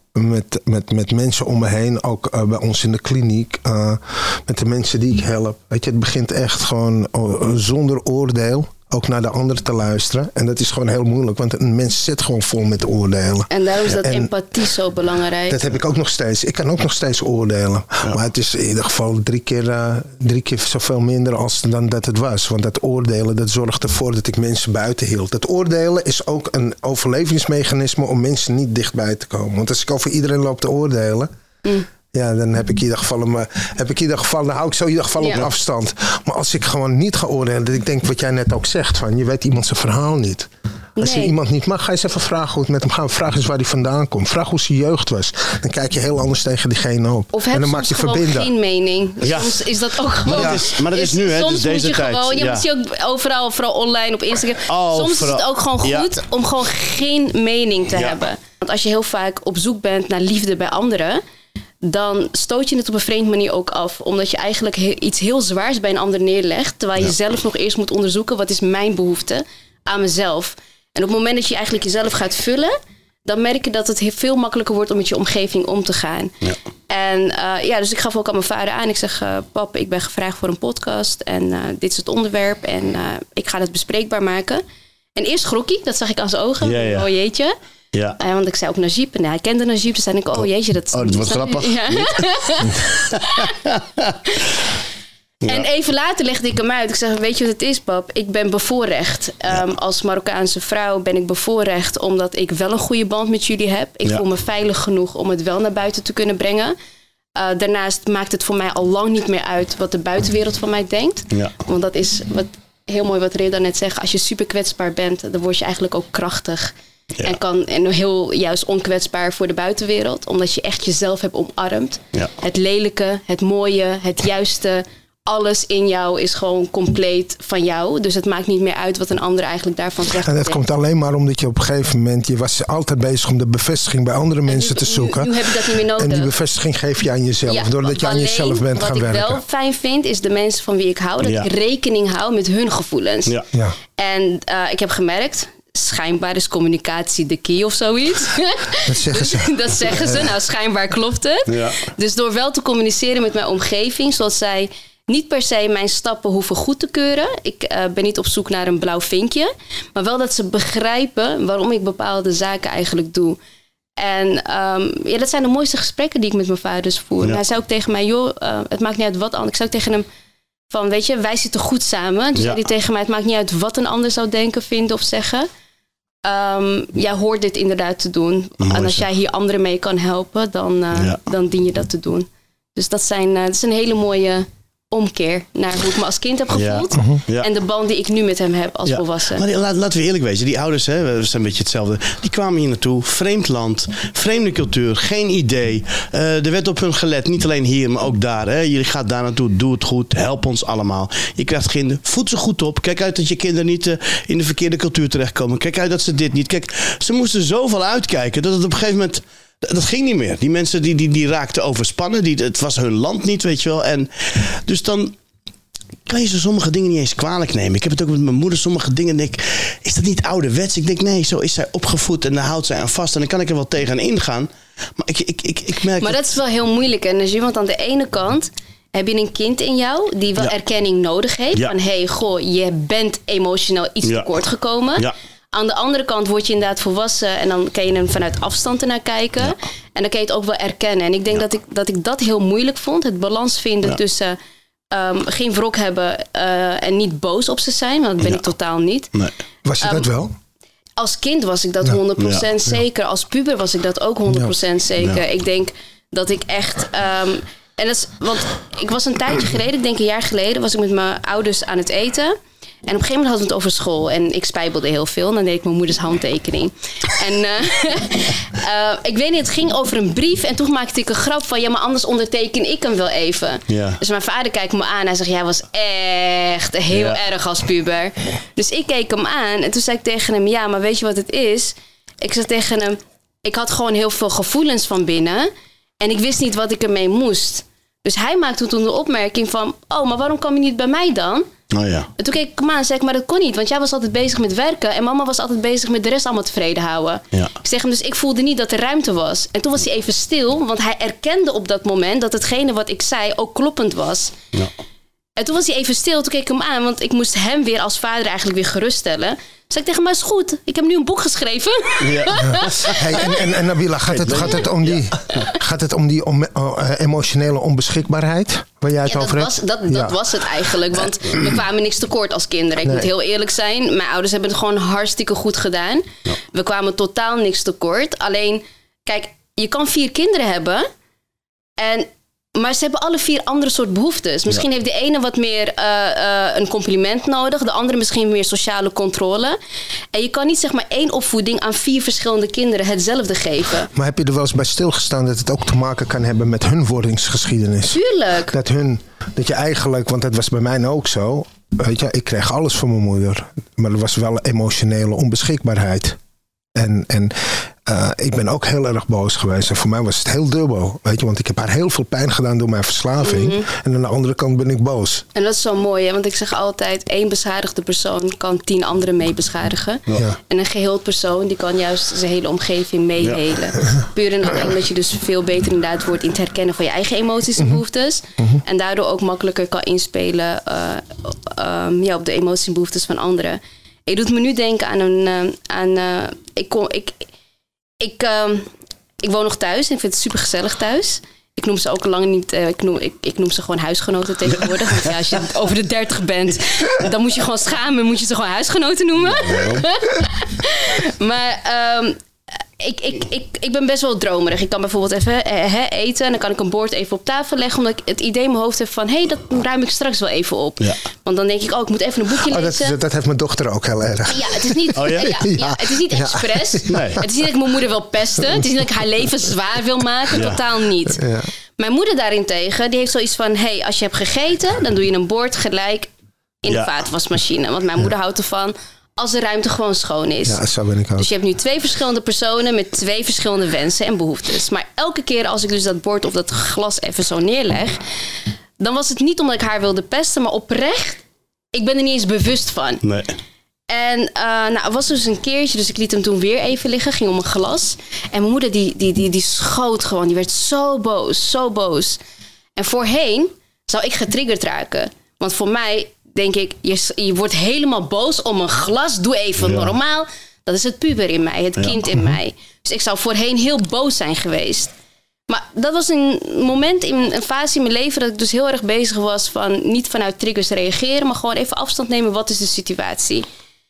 met mensen om me heen, ook bij ons in de kliniek, met de mensen die ik help. Weet je, het begint echt gewoon zonder oordeel ook naar de ander te luisteren. En dat is gewoon heel moeilijk, want een mens zit gewoon vol met oordelen. En daarom is dat empathie zo belangrijk. Dat heb ik ook nog steeds. Ik kan ook nog steeds oordelen. Ja. Maar het is in ieder geval 3 keer zoveel minder dan dat het was. Want dat oordelen, dat zorgt ervoor dat ik mensen buiten hield. Dat oordelen is ook een overlevingsmechanisme om mensen niet dichtbij te komen. Want als ik over iedereen loop te oordelen, ja, dan heb ik in ieder geval, dan hou ik zo in ieder geval op afstand. Maar als ik gewoon niet ga oordelen, dat ik denk wat jij net ook zegt, van je weet iemand zijn verhaal niet. Als je iemand niet mag, ga je eens even vragen hoe het met hem gaat. Vraag eens waar hij vandaan komt. Vraag hoe zijn jeugd was. Dan kijk je heel anders tegen diegene op. Of en dan maak je verbinden. Geen mening. Ja. Soms is dat ook gewoon. Maar dat is nu, hè? Soms deze moet je tijd. gewoon. Je moet ook overal, vooral online op Instagram. Soms is het ook gewoon goed om gewoon geen mening te hebben. Want als je heel vaak op zoek bent naar liefde bij anderen, dan stoot je het op een vreemde manier ook af. Omdat je eigenlijk iets heel zwaars bij een ander neerlegt. Terwijl je zelf nog eerst moet onderzoeken, wat is mijn behoefte aan mezelf. En op het moment dat je eigenlijk jezelf gaat vullen, dan merk je dat het veel makkelijker wordt om met je omgeving om te gaan. Ja. En dus ik gaf ook aan mijn vader aan. Ik zeg, pap, ik ben gevraagd voor een podcast. En dit is het onderwerp. En ik ga het bespreekbaar maken. En eerst schrok hij, dat zag ik aan zijn ogen. Ja. Oh jeetje. Ja. Want ik zei ook Najib. En hij kende Najib. Dus zei ik, oh jeetje. Dat wordt grappig. Ja. Ja. En even later legde ik hem uit. Ik zeg, weet je wat het is, pap? Ik ben bevoorrecht. Als Marokkaanse vrouw ben ik bevoorrecht omdat ik wel een goede band met jullie heb. Ik voel me veilig genoeg om het wel naar buiten te kunnen brengen. Daarnaast maakt het voor mij al lang niet meer uit wat de buitenwereld van mij denkt. Ja. Want dat is heel mooi wat Reda net zegt. Als je super kwetsbaar bent, dan word je eigenlijk ook krachtig. Ja. En heel juist onkwetsbaar voor de buitenwereld. Omdat je echt jezelf hebt omarmd. Ja. Het lelijke, het mooie, het juiste, alles in jou is gewoon compleet van jou. Dus het maakt niet meer uit wat een ander eigenlijk daarvan zegt. En dat komt alleen maar omdat je op een gegeven moment... je was altijd bezig om de bevestiging bij andere mensen te zoeken. Nu heb je dat niet meer nodig. En die bevestiging geef je aan jezelf. Doordat je aan jezelf bent gaan werken. Wat ik wel fijn vind, is de mensen van wie ik hou... dat ik rekening hou met hun gevoelens. Ja. Ja. En ik heb gemerkt... schijnbaar is communicatie de key of zoiets. Dat zeggen ze. Dat zeggen ze. Nou, schijnbaar klopt het. Ja. Dus door wel te communiceren met mijn omgeving... zodat zij niet per se mijn stappen hoeven goed te keuren. Ik ben niet op zoek naar een blauw vinkje. Maar wel dat ze begrijpen waarom ik bepaalde zaken eigenlijk doe. En dat zijn de mooiste gesprekken die ik met mijn vaders voer. Ja. Hij zei ook tegen mij, joh, het maakt niet uit wat anders. Ik zei tegen hem van, weet je, wij zitten goed samen. Dus zei hij tegen mij, het maakt niet uit wat een ander zou denken, vinden of zeggen. Jij hoort dit inderdaad te doen. En als jij hier anderen mee kan helpen, dan dien je dat te doen. Dus dat is een hele mooie omkeer naar hoe ik me als kind heb gevoeld. Ja. En de band die ik nu met hem heb als volwassen. Maar laten we eerlijk wezen. Die ouders, we zijn een beetje hetzelfde. Die kwamen hier naartoe. Vreemd land. Vreemde cultuur. Geen idee. Er werd op hun gelet. Niet alleen hier, maar ook daar. Hè. Je gaat daar naartoe. Doe het goed. Help ons allemaal. Je krijgt kinderen. Voed ze goed op. Kijk uit dat je kinderen niet in de verkeerde cultuur terechtkomen. Kijk uit dat ze dit niet. Kijk, ze moesten zoveel uitkijken. Dat het op een gegeven moment... Dat ging niet meer. Die mensen die raakten overspannen. Het was hun land niet, weet je wel. En dus dan kan je zo sommige dingen niet eens kwalijk nemen. Ik heb het ook met mijn moeder. Sommige dingen denk ik, is dat niet ouderwets? Ik denk, nee, zo is zij opgevoed en daar houdt zij aan vast. En dan kan ik er wel tegen ingaan. Maar ik merk... Maar dat is wel heel moeilijk, hè? Want aan de ene kant heb je een kind in jou die wel erkenning nodig heeft. Ja. Van, je bent emotioneel iets tekort gekomen. Ja. Aan de andere kant word je inderdaad volwassen en dan kan je hem vanuit afstand ernaar kijken. Ja. En dan kan je het ook wel erkennen. En ik denk dat ik dat heel moeilijk vond. Het balans vinden tussen geen wrok hebben en niet boos op ze zijn. Want dat ben ik totaal niet. Nee. Was je dat wel? Als kind was ik dat 100% zeker. Als puber was ik dat ook 100% zeker. Ja. Ik denk dat ik echt... want ik was een tijdje geleden, ik denk een jaar geleden... was ik met mijn ouders aan het eten... En op een gegeven moment hadden we het over school. En ik spijbelde heel veel. En dan deed ik mijn moeders handtekening. En ik weet niet, het ging over een brief. En toen maakte ik een grap van... ja, maar anders onderteken ik hem wel even. Ja. Dus mijn vader kijkt me aan. Hij zegt, jij was echt heel erg als puber. Dus ik keek hem aan. En toen zei ik tegen hem... ja, maar weet je wat het is? Ik zei tegen hem... ik had gewoon heel veel gevoelens van binnen. En ik wist niet wat ik ermee moest. Dus hij maakte toen de opmerking van... oh, maar waarom kwam je niet bij mij dan? Oh ja. En toen keek ik hem aan en zei ik, maar dat kon niet. Want jij was altijd bezig met werken. En mama was altijd bezig met de rest allemaal tevreden houden. Ja. Ik zeg hem, dus ik voelde niet dat er ruimte was. En toen was hij even stil. Want hij erkende op dat moment dat hetgene wat ik zei ook kloppend was. Ja. En toen was hij even stil. Toen keek ik hem aan. Want ik moest hem weer als vader eigenlijk weer geruststellen. Dus ik tegen hem, is goed. Ik heb nu een boek geschreven. Ja. Hey, en Nabila, gaat het om die emotionele onbeschikbaarheid? Waar jij het over hebt? Dat was het eigenlijk. Want we kwamen niks tekort als kinderen. Ik moet heel eerlijk zijn. Mijn ouders hebben het gewoon hartstikke goed gedaan. Ja. We kwamen totaal niks tekort. Alleen, kijk, je kan 4 kinderen hebben. Maar ze hebben alle 4 andere soort behoeftes. Misschien heeft de ene wat meer een compliment nodig. De andere misschien meer sociale controle. En je kan niet zeg maar 1 opvoeding aan 4 verschillende kinderen hetzelfde geven. Maar heb je er wel eens bij stilgestaan dat het ook te maken kan hebben met hun wordingsgeschiedenis? Tuurlijk. Dat je eigenlijk, want dat was bij mij ook zo. Weet je, ik kreeg alles van mijn moeder. Maar er was wel emotionele onbeschikbaarheid. En ik ben ook heel erg boos geweest. En voor mij was het heel dubbel. Weet je, want ik heb haar heel veel pijn gedaan door mijn verslaving. Mm-hmm. En aan de andere kant ben ik boos. En dat is zo mooi, hè? Want ik zeg altijd... 1 beschadigde persoon kan 10 anderen mee beschadigen. Ja. En een geheeld persoon... die kan juist zijn hele omgeving meehelen. Ja. Puur en alleen dat je dus veel beter inderdaad wordt... in het herkennen van je eigen emoties en behoeftes. Mm-hmm. En daardoor ook makkelijker kan inspelen... op de emoties en behoeftes van anderen. Ik doet me nu denken aan ik woon nog thuis en ik vind het super gezellig thuis. Ik noem ze ook lang niet... Ik noem ze gewoon huisgenoten tegenwoordig. Want ja, als je over de 30 bent... dan moet je gewoon schamen. Moet je ze gewoon huisgenoten noemen. Maar... Ik ben best wel dromerig. Ik kan bijvoorbeeld even eten en dan kan ik een bord even op tafel leggen. Omdat ik het idee in mijn hoofd heb van... dat ruim ik straks wel even op. Ja. Want dan denk ik, ik moet even een boekje lezen. Dat heeft mijn dochter ook heel erg. Ja, het is niet, het is niet expres. Nee. Het is niet dat ik mijn moeder wil pesten. Het is niet dat ik haar leven zwaar wil maken. Ja. Totaal niet. Ja. Mijn moeder daarentegen, die heeft zoiets van... als je hebt gegeten, dan doe je een bord gelijk in de vaatwasmachine. Want mijn moeder houdt ervan als de ruimte gewoon schoon is. Ja, zo ben ik ook. Dus je hebt nu 2 verschillende personen met 2 verschillende wensen en behoeftes. Maar elke keer als ik dus dat bord of dat glas even zo neerleg... dan was het niet omdat ik haar wilde pesten, maar oprecht... ik ben er niet eens bewust van. Nee. En het was dus een keertje, dus ik liet hem toen weer even liggen. Ging om een glas. En mijn moeder die schoot gewoon. Die werd zo boos. En voorheen zou ik getriggerd raken. Want voor mij denk ik, je wordt helemaal boos om een glas. Doe even normaal. Dat is het puber in mij, het kind in mij. Dus ik zou voorheen heel boos zijn geweest. Maar dat was een moment, een fase in mijn leven... dat ik dus heel erg bezig was van niet vanuit triggers reageren... maar gewoon even afstand nemen, wat is de situatie?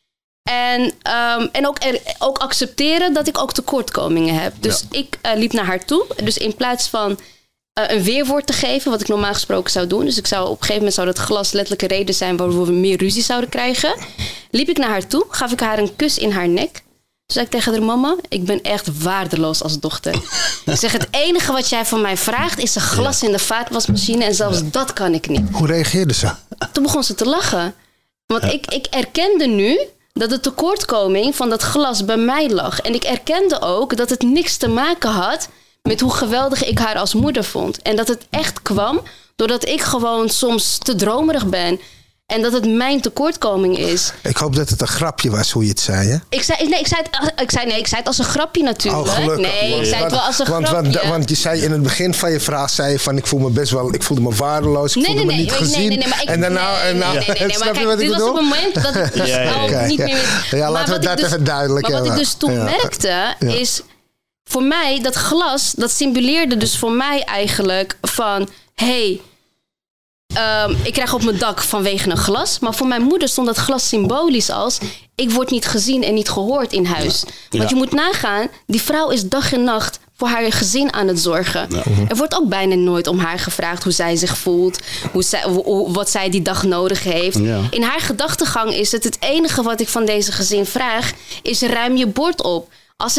En ook accepteren dat ik ook tekortkomingen heb. Dus ik liep naar haar toe. Dus in plaats van een weerwoord te geven... wat ik normaal gesproken zou doen... dus ik zou op een gegeven moment zou dat glas letterlijke reden zijn... waardoor we meer ruzie zouden krijgen... liep ik naar haar toe, gaf ik haar een kus in haar nek... Toen zei ik tegen haar, mama, ik ben echt waardeloos als dochter. Ik zeg, het enige wat jij van mij vraagt is een glas in de vaatwasmachine. En zelfs dat kan ik niet. Hoe reageerde ze? Toen begon ze te lachen. Want ik erkende nu dat de tekortkoming van dat glas bij mij lag. En ik erkende ook dat het niks te maken had met hoe geweldig ik haar als moeder vond. En dat het echt kwam doordat ik gewoon soms te dromerig ben... En dat het mijn tekortkoming is. Ik hoop dat het een grapje was, hoe je het zei, hè? Ik zei het als een grapje natuurlijk. Oh, gelukkig. Nee, ik zei het wel als een grapje. Want je zei in het begin van je vraag... zei je van, ik voelde me waardeloos. Ik voelde me niet gezien. Nee, snap je wat ik bedoel? Dit was op een moment dat ik niet meer... Ja, laten we dat even duidelijk hebben. Maar wat ik dus toen merkte, is... voor mij, dat glas, dat symboleerde dus voor mij eigenlijk van... ik krijg op mijn dak vanwege een glas. Maar voor mijn moeder stond dat glas symbolisch als... ik word niet gezien en niet gehoord in huis. Ja. Want je moet nagaan, die vrouw is dag en nacht... voor haar gezin aan het zorgen. Ja. Er wordt ook bijna nooit om haar gevraagd hoe zij zich voelt. Wat zij die dag nodig heeft. Ja. In haar gedachtegang is het enige wat ik van deze gezin vraag... is ruim je bord op.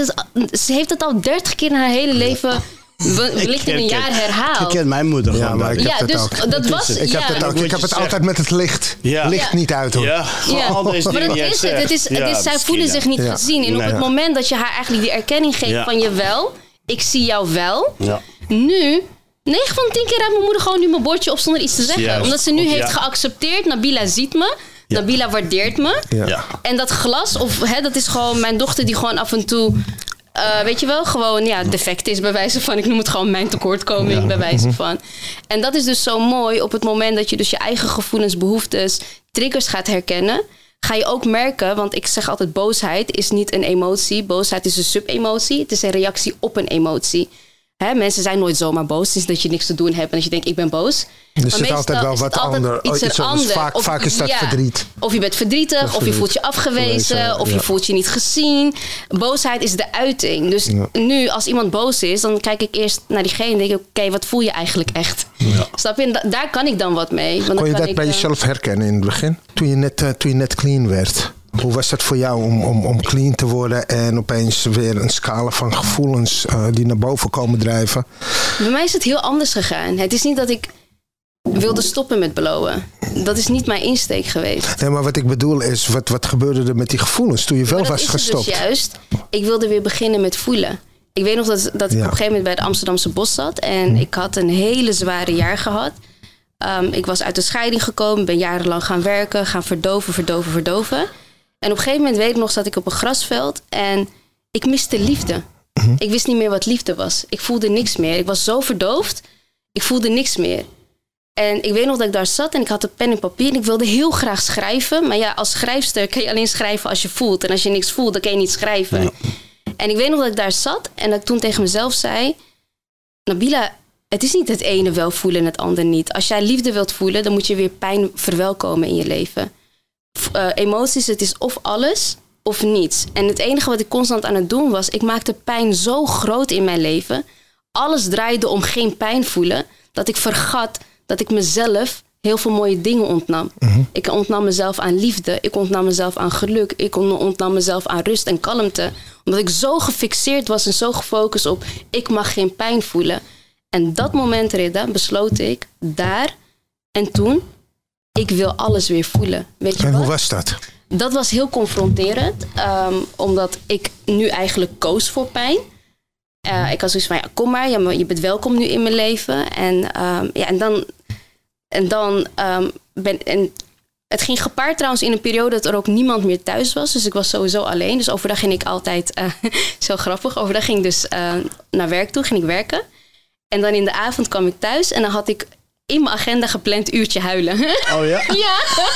Ze heeft het al 30 keer in haar hele leven... wellicht in een jaar herhaald. Ik ken mijn moeder gewoon. Ja, maar ik heb het ook. Dat was, ik heb het ook. Ik heb het altijd met het licht. Ja. Licht niet uit, hoor. Ja. Maar dat is het. Zij voelen zich niet gezien. En op het moment dat je haar eigenlijk die erkenning geeft van jawel, ik zie jou wel. Ja. Nu, 9 van 10 keer raakt mijn moeder gewoon nu mijn bordje op zonder iets te zeggen. Juist. Omdat ze nu heeft geaccepteerd, Nabila ziet me. Ja. Nabila waardeert me. Ja. En dat glas, dat is gewoon mijn dochter die gewoon af en toe... weet je wel, gewoon defect is bij wijze van... ik noem het gewoon mijn tekortkoming bij wijze van. En dat is dus zo mooi op het moment dat je dus je eigen gevoelens, behoeftes... triggers gaat herkennen, ga je ook merken... want ik zeg altijd boosheid is niet een emotie. Boosheid is een subemotie. Het is een reactie op een emotie. Mensen zijn nooit zomaar boos. Het is dat je niks te doen hebt en dat je denkt ik ben boos. Er zit altijd wel wat anders. Vaak is dat verdriet. Of je bent verdrietig, of je voelt je afgewezen, of je voelt je niet gezien. Boosheid is de uiting. Dus nu, als iemand boos is, dan kijk ik eerst naar diegene en denk ik, oké, wat voel je eigenlijk echt? Ja. Snap je? Daar kan ik dan wat mee. Want kon je dat bij jezelf herkennen in het begin? Toen je net clean werd? Hoe was dat voor jou om clean te worden en opeens weer een scala van gevoelens die naar boven komen drijven? Bij mij is het heel anders gegaan. Het is niet dat ik wilde stoppen met blowen. Dat is niet mijn insteek geweest. Nee, maar wat ik bedoel is, wat gebeurde er met die gevoelens toen je wel was gestopt? Dus juist, ik wilde weer beginnen met voelen. Ik weet nog dat ik op een gegeven moment bij het Amsterdamse Bos zat. En ik had een hele zware jaar gehad. Ik was uit de scheiding gekomen, ben jarenlang gaan werken, gaan verdoven. En op een gegeven moment weet ik nog, zat ik op een grasveld en ik miste liefde. Ik wist niet meer wat liefde was. Ik voelde niks meer. Ik was zo verdoofd. Ik voelde niks meer. En ik weet nog dat ik daar zat en ik had een pen en papier. En ik wilde heel graag schrijven. Maar ja, als schrijfster kun je alleen schrijven als je voelt. En als je niks voelt, dan kun je niet schrijven. Ja. En ik weet nog dat ik daar zat en dat ik toen tegen mezelf zei... Nabila, het is niet het ene wel voelen en het andere niet. Als jij liefde wilt voelen, dan moet je weer pijn verwelkomen in je leven. Emoties, het is of alles of niets. En het enige wat ik constant aan het doen was... ik maakte pijn zo groot in mijn leven. Alles draaide om geen pijn voelen... dat ik vergat dat ik mezelf heel veel mooie dingen ontnam. Ik ontnam mezelf aan liefde. Ik ontnam mezelf aan geluk. Ik ontnam mezelf aan rust en kalmte. Omdat ik zo gefixeerd was en zo gefocust op... ik mag geen pijn voelen. En dat moment, Ridda, besloot ik daar en toen, ik wil alles weer voelen. Weet je en wat? hoe was dat? Dat was heel confronterend, omdat ik nu eigenlijk koos voor pijn. Ik had zoiets van, kom maar, je bent welkom nu in mijn leven. En het ging gepaard trouwens in een periode dat er ook niemand meer thuis was. Dus ik was sowieso alleen. Dus overdag ging ik altijd, zo grappig, overdag ging ik dus naar werk toe, ging ik werken. En dan in de avond kwam ik thuis en dan had ik in mijn agenda gepland uurtje huilen. Oh ja? Ja.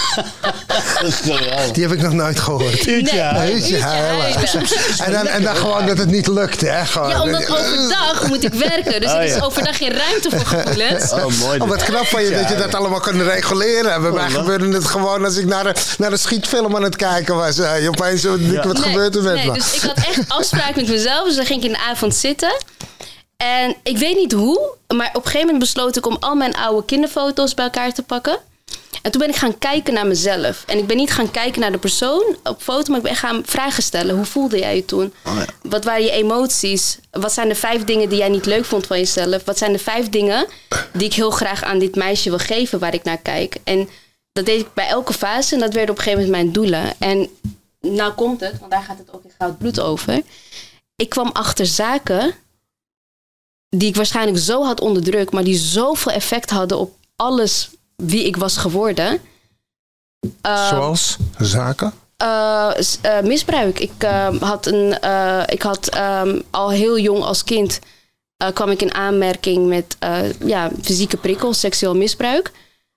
Die heb ik nog nooit gehoord. Uurtje huilen. En dan gewoon dat het niet lukt. Hè? Gewoon. Ja, omdat overdag moet ik werken. Dus er is overdag geen ruimte voor gevoelens. Oh, mooi. Wat knap van je dat je dat allemaal kan reguleren. Bij mij gebeurde het gewoon als ik naar een schietfilm aan het kijken was. Je opeens wat gebeurt er met me? Dus ik had echt afspraak met mezelf. Dus dan ging ik in de avond zitten. En ik weet niet hoe, maar op een gegeven moment besloot ik om al mijn oude kinderfoto's bij elkaar te pakken. En toen ben ik gaan kijken naar mezelf. En ik ben niet gaan kijken naar de persoon op foto, maar ik ben gaan vragen stellen. Hoe voelde jij je toen? Oh ja. Wat waren je emoties? Wat zijn de 5 dingen die jij niet leuk vond van jezelf? Wat zijn de 5 dingen die ik heel graag aan dit meisje wil geven waar ik naar kijk? En dat deed ik bij elke fase en dat werd op een gegeven moment mijn doelen. En nou komt het, want daar gaat het ook in Goud Bloed over. Ik kwam achter zaken die ik waarschijnlijk zo had onderdrukt, maar die zoveel effect hadden op alles wie ik was geworden. Zoals zaken? Misbruik. Ik had al heel jong als kind kwam ik in aanmerking met fysieke prikkels, seksueel misbruik.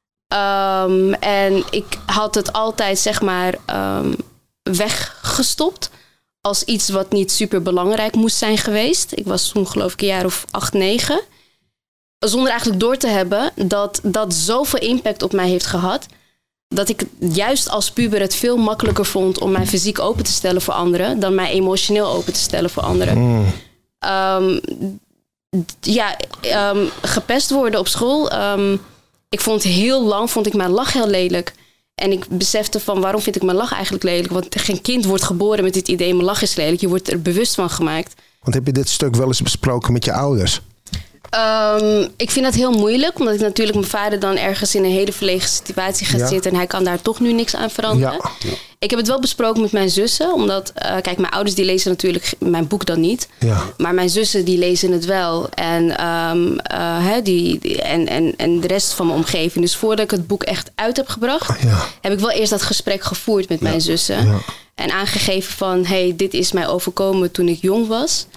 En ik had het altijd zeg maar weggestopt als iets wat niet super belangrijk moest zijn geweest. Ik was toen geloof ik een jaar of 8, 9. Zonder eigenlijk door te hebben dat zoveel impact op mij heeft gehad. Dat ik juist als puber het veel makkelijker vond om mij fysiek open te stellen voor anderen. Dan mij emotioneel open te stellen voor anderen. Gepest worden op school. Ik vond heel lang mijn lach heel lelijk. En ik besefte van waarom vind ik mijn lach eigenlijk lelijk? Want geen kind wordt geboren met dit idee, mijn lach is lelijk. Je wordt er bewust van gemaakt. Want heb je dit stuk wel eens besproken met je ouders? Ik vind dat heel moeilijk, omdat ik natuurlijk mijn vader dan ergens in een hele verlegen situatie gaat zitten en hij kan daar toch nu niks aan veranderen. Ja. Ik heb het wel besproken met mijn zussen, omdat, kijk, mijn ouders die lezen natuurlijk mijn boek dan niet, maar mijn zussen die lezen het wel en, en de rest van mijn omgeving. Dus voordat ik het boek echt uit heb gebracht, heb ik wel eerst dat gesprek gevoerd met mijn zussen en aangegeven van, dit is mij overkomen toen ik jong was.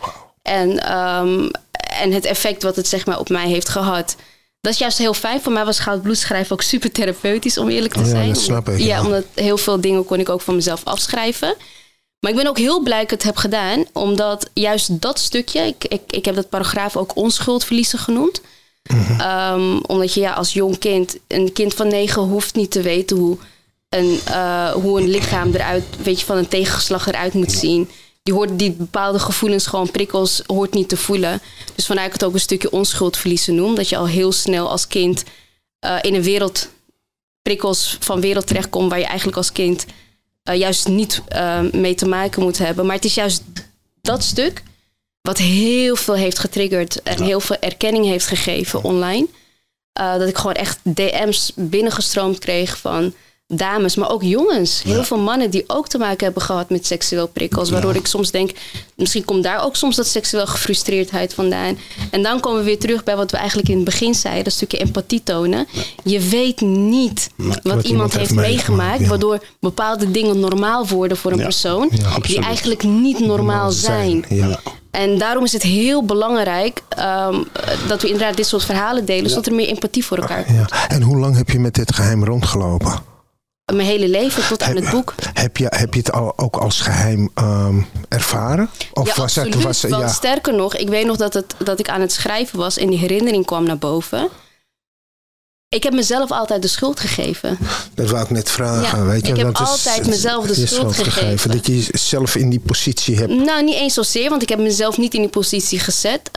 En het effect wat het zeg maar op mij heeft gehad. Dat is juist heel fijn. Voor mij was Goud Bloed schrijven ook super therapeutisch, om eerlijk te zijn. Ja, dat snap ik. Ja, omdat heel veel dingen kon ik ook van mezelf afschrijven. Maar ik ben ook heel blij dat ik het heb gedaan. Omdat juist dat stukje, ik heb dat paragraaf ook onschuldverliezen genoemd. Mm-hmm. Omdat je als jong kind, een kind van 9 hoeft niet te weten hoe een lichaam eruit, weet je, van een tegenslag eruit moet zien. Die bepaalde gevoelens, gewoon prikkels, hoort niet te voelen. Dus vandaar ik het ook een stukje onschuldverliezen noem. Dat je al heel snel als kind in een wereld, prikkels van wereld terechtkomt waar je eigenlijk als kind juist niet mee te maken moet hebben. Maar het is juist dat stuk wat heel veel heeft getriggerd en heel veel erkenning heeft gegeven online. Dat ik gewoon echt DM's binnengestroomd kreeg van dames, maar ook jongens. Heel veel mannen die ook te maken hebben gehad met seksueel prikkels. Waardoor ik soms denk, misschien komt daar ook soms dat seksueel gefrustreerdheid vandaan. En dan komen we weer terug bij wat we eigenlijk in het begin zeiden. Dat stukje empathie tonen. Je weet niet wat iemand heeft meegemaakt. Waardoor bepaalde dingen normaal worden voor een persoon. Die eigenlijk niet normaal zijn. Ja. En daarom is het heel belangrijk dat we inderdaad dit soort verhalen delen. Zodat er meer empathie voor elkaar komt. Ja. En hoe lang heb je met dit geheim rondgelopen? Mijn hele leven tot aan het boek. Heb je het ook als geheim ervaren? Of ja, was absoluut. Het, want sterker nog, ik weet nog dat ik aan het schrijven was en die herinnering kwam naar boven. Ik heb mezelf altijd de schuld gegeven. Dat wou ik net vragen. Weet je? Ik heb altijd mezelf de schuld gegeven. Dat je jezelf in die positie hebt. Nou, niet eens zozeer, want ik heb mezelf niet in die positie gezet.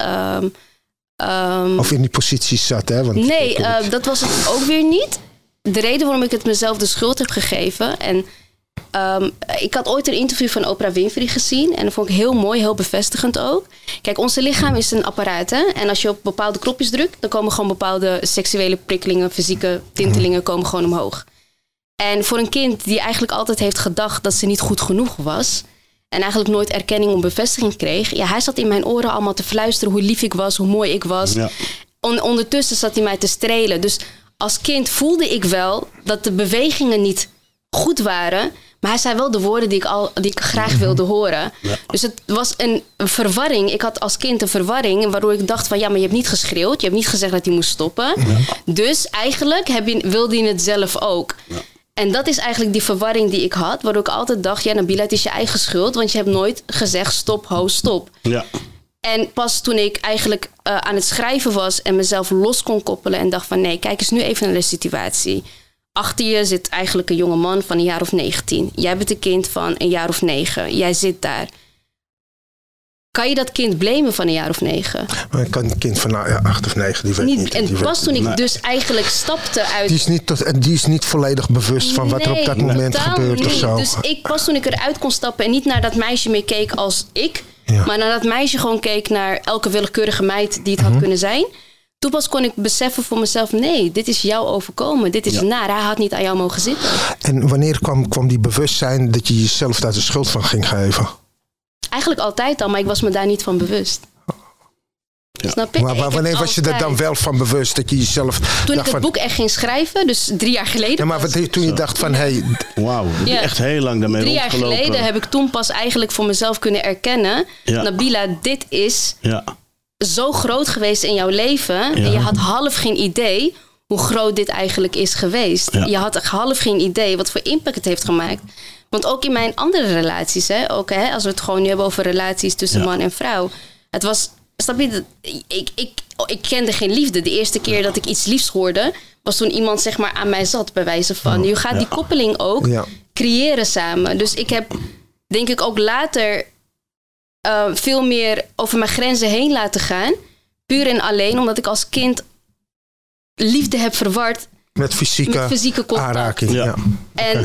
Of in die positie zat, hè? Want dat was het ook weer niet. De reden waarom ik het mezelf de schuld heb gegeven en ik had ooit een interview van Oprah Winfrey gezien. En dat vond ik heel mooi, heel bevestigend ook. Kijk, ons lichaam is een apparaat, hè. En als je op bepaalde knopjes drukt, dan komen gewoon bepaalde seksuele prikkelingen, fysieke tintelingen komen gewoon omhoog. En voor een kind die eigenlijk altijd heeft gedacht dat ze niet goed genoeg was, en eigenlijk nooit erkenning of bevestiging kreeg. Ja, hij zat in mijn oren allemaal te fluisteren hoe lief ik was, hoe mooi ik was. Ja. Ondertussen zat hij mij te strelen. Dus als kind voelde ik wel dat de bewegingen niet goed waren. Maar hij zei wel de woorden die ik graag wilde horen. Ja. Dus het was een verwarring. Ik had als kind een verwarring waardoor ik dacht van ja, maar je hebt niet geschreeuwd. Je hebt niet gezegd dat hij moest stoppen. Ja. Dus eigenlijk wilde hij het zelf ook. Ja. En dat is eigenlijk die verwarring die ik had. Waardoor ik altijd dacht, ja Nabila, het is je eigen schuld. Want je hebt nooit gezegd stop, ho, stop. Ja. En pas toen ik eigenlijk aan het schrijven was en mezelf los kon koppelen en dacht van nee, kijk eens nu even naar de situatie. Achter je zit eigenlijk een jonge man van een jaar of 19. Jij bent een kind van een jaar of 9. Jij zit daar. Kan je dat kind blamen van een jaar of 9? Maar kan een kind van 8 of 9, die weet niet. En pas toen ik dus eigenlijk stapte uit... Die is niet volledig bewust van wat er op dat moment gebeurt niet. Of zo. Dus pas toen ik eruit kon stappen en niet naar dat meisje meer keek als ik... Ja. Maar nadat meisje gewoon keek naar elke willekeurige meid die het had kunnen zijn. Toen pas kon ik beseffen voor mezelf, nee, dit is jou overkomen. Dit is naar, hij had niet aan jou mogen zitten. En wanneer kwam die bewustzijn dat je jezelf daar de schuld van ging geven? Eigenlijk altijd al, maar ik was me daar niet van bewust. Ja. Snap je? Maar wanneer was je er dan wel van bewust dat je jezelf... Toen ik het boek echt ging schrijven, dus 3 jaar geleden. Ja, maar toen je dacht van, wauw, echt heel lang daarmee 3 jaar geleden heb ik toen pas eigenlijk voor mezelf kunnen erkennen. Ja. Nabila, dit is zo groot geweest in jouw leven. Ja. En je had half geen idee hoe groot dit eigenlijk is geweest. Ja. Je had half geen idee wat voor impact het heeft gemaakt. Want ook in mijn andere relaties, als we het gewoon nu hebben over relaties tussen man en vrouw. Het was... Snap je, ik kende geen liefde. De eerste keer dat ik iets liefs hoorde, was toen iemand zeg maar aan mij zat, bij wijze van. Je gaat die koppeling ook creëren samen. Dus ik heb, denk ik, ook later veel meer over mijn grenzen heen laten gaan. Puur en alleen omdat ik als kind liefde heb verward met fysieke aanraking. Ja. En